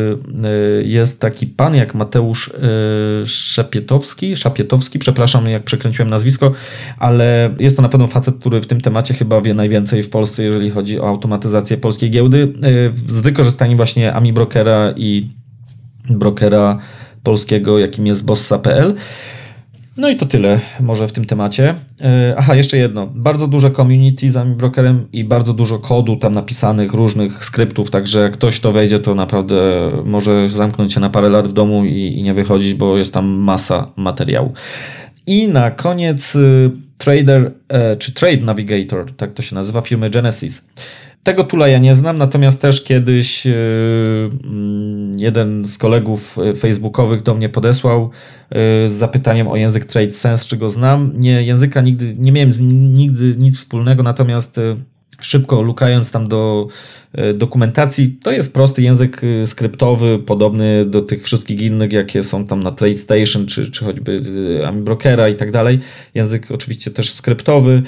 jest taki pan jak Mateusz Szapietowski, Szapietowski, przepraszam, jak przekręciłem nazwisko, ale jest to na pewno facet, który w tym temacie chyba wie najwięcej w Polsce, jeżeli chodzi o automatyzację polskiej giełdy, z wykorzystaniem właśnie Ami Brokera i brokera polskiego, jakim jest bossa kropka p l. No i to tyle może w tym temacie. Aha, jeszcze jedno. Bardzo duże community z Ami Brokerem i bardzo dużo kodu tam napisanych, różnych skryptów, także jak ktoś to wejdzie, to naprawdę może zamknąć się na parę lat w domu i, i nie wychodzić, bo jest tam masa materiału. I na koniec Trader, czy Trade Navigator, tak to się nazywa, firmy Genesis. Tego toola ja nie znam, natomiast też kiedyś jeden z kolegów facebookowych do mnie podesłał z zapytaniem o język TradeSense, czy go znam. Nie, języka nigdy, nie miałem z nim nigdy nic wspólnego, natomiast szybko lukając tam do dokumentacji, to jest prosty język skryptowy, podobny do tych wszystkich innych, jakie są tam na TradeStation, czy, czy choćby Ami Brokera i tak dalej. Język oczywiście też skryptowy.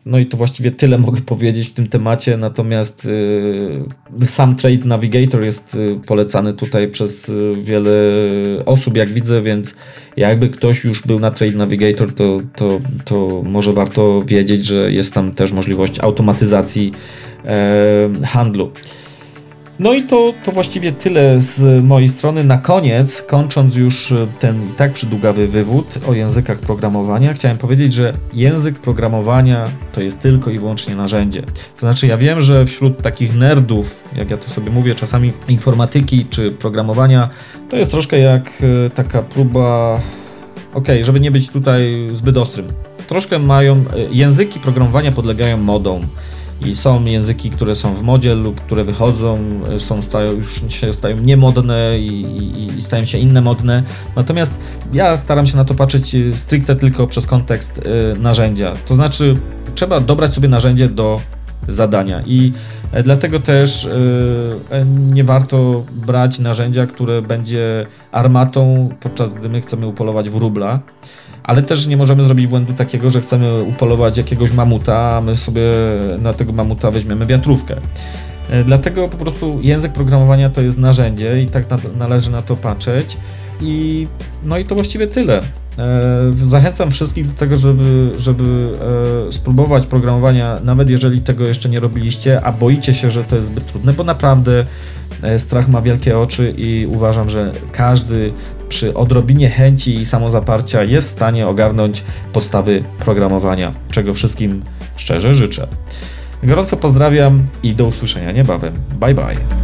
No i to właściwie tyle mogę powiedzieć w tym temacie, natomiast yy, sam Trade Navigator jest yy, polecany tutaj przez yy, wiele osób, jak widzę, więc jakby ktoś już był na Trade Navigator, to, to, to może warto wiedzieć, że jest tam też możliwość automatyzacji yy, handlu. No i to, to właściwie tyle z mojej strony. Na koniec, kończąc już ten i tak przydługawy wywód o językach programowania, chciałem powiedzieć, że język programowania to jest tylko i wyłącznie narzędzie. To znaczy ja wiem, że wśród takich nerdów, jak ja to sobie mówię, czasami informatyki czy programowania, to jest troszkę jak taka próba, okej, żeby nie być tutaj zbyt ostrym. Troszkę mają, języki programowania podlegają modom. I są języki, które są w modzie lub które wychodzą, są, stają, już się stają niemodne i, i, i stają się inne modne. Natomiast ja staram się na to patrzeć stricte tylko przez kontekst y, narzędzia. To znaczy trzeba dobrać sobie narzędzie do zadania i dlatego też y, nie warto brać narzędzia, które będzie armatą, podczas gdy my chcemy upolować wróbla. Ale też nie możemy zrobić błędu takiego, że chcemy upolować jakiegoś mamuta, a my sobie na tego mamuta weźmiemy wiatrówkę. Dlatego po prostu język programowania to jest narzędzie i tak na, należy na to patrzeć. I, no i to właściwie tyle. Zachęcam wszystkich do tego, żeby, żeby spróbować programowania, nawet jeżeli tego jeszcze nie robiliście, a boicie się, że to jest zbyt trudne, bo naprawdę strach ma wielkie oczy i uważam, że każdy przy odrobinie chęci i samozaparcia jest w stanie ogarnąć podstawy programowania, czego wszystkim szczerze życzę. Gorąco pozdrawiam i do usłyszenia niebawem. Bye bye.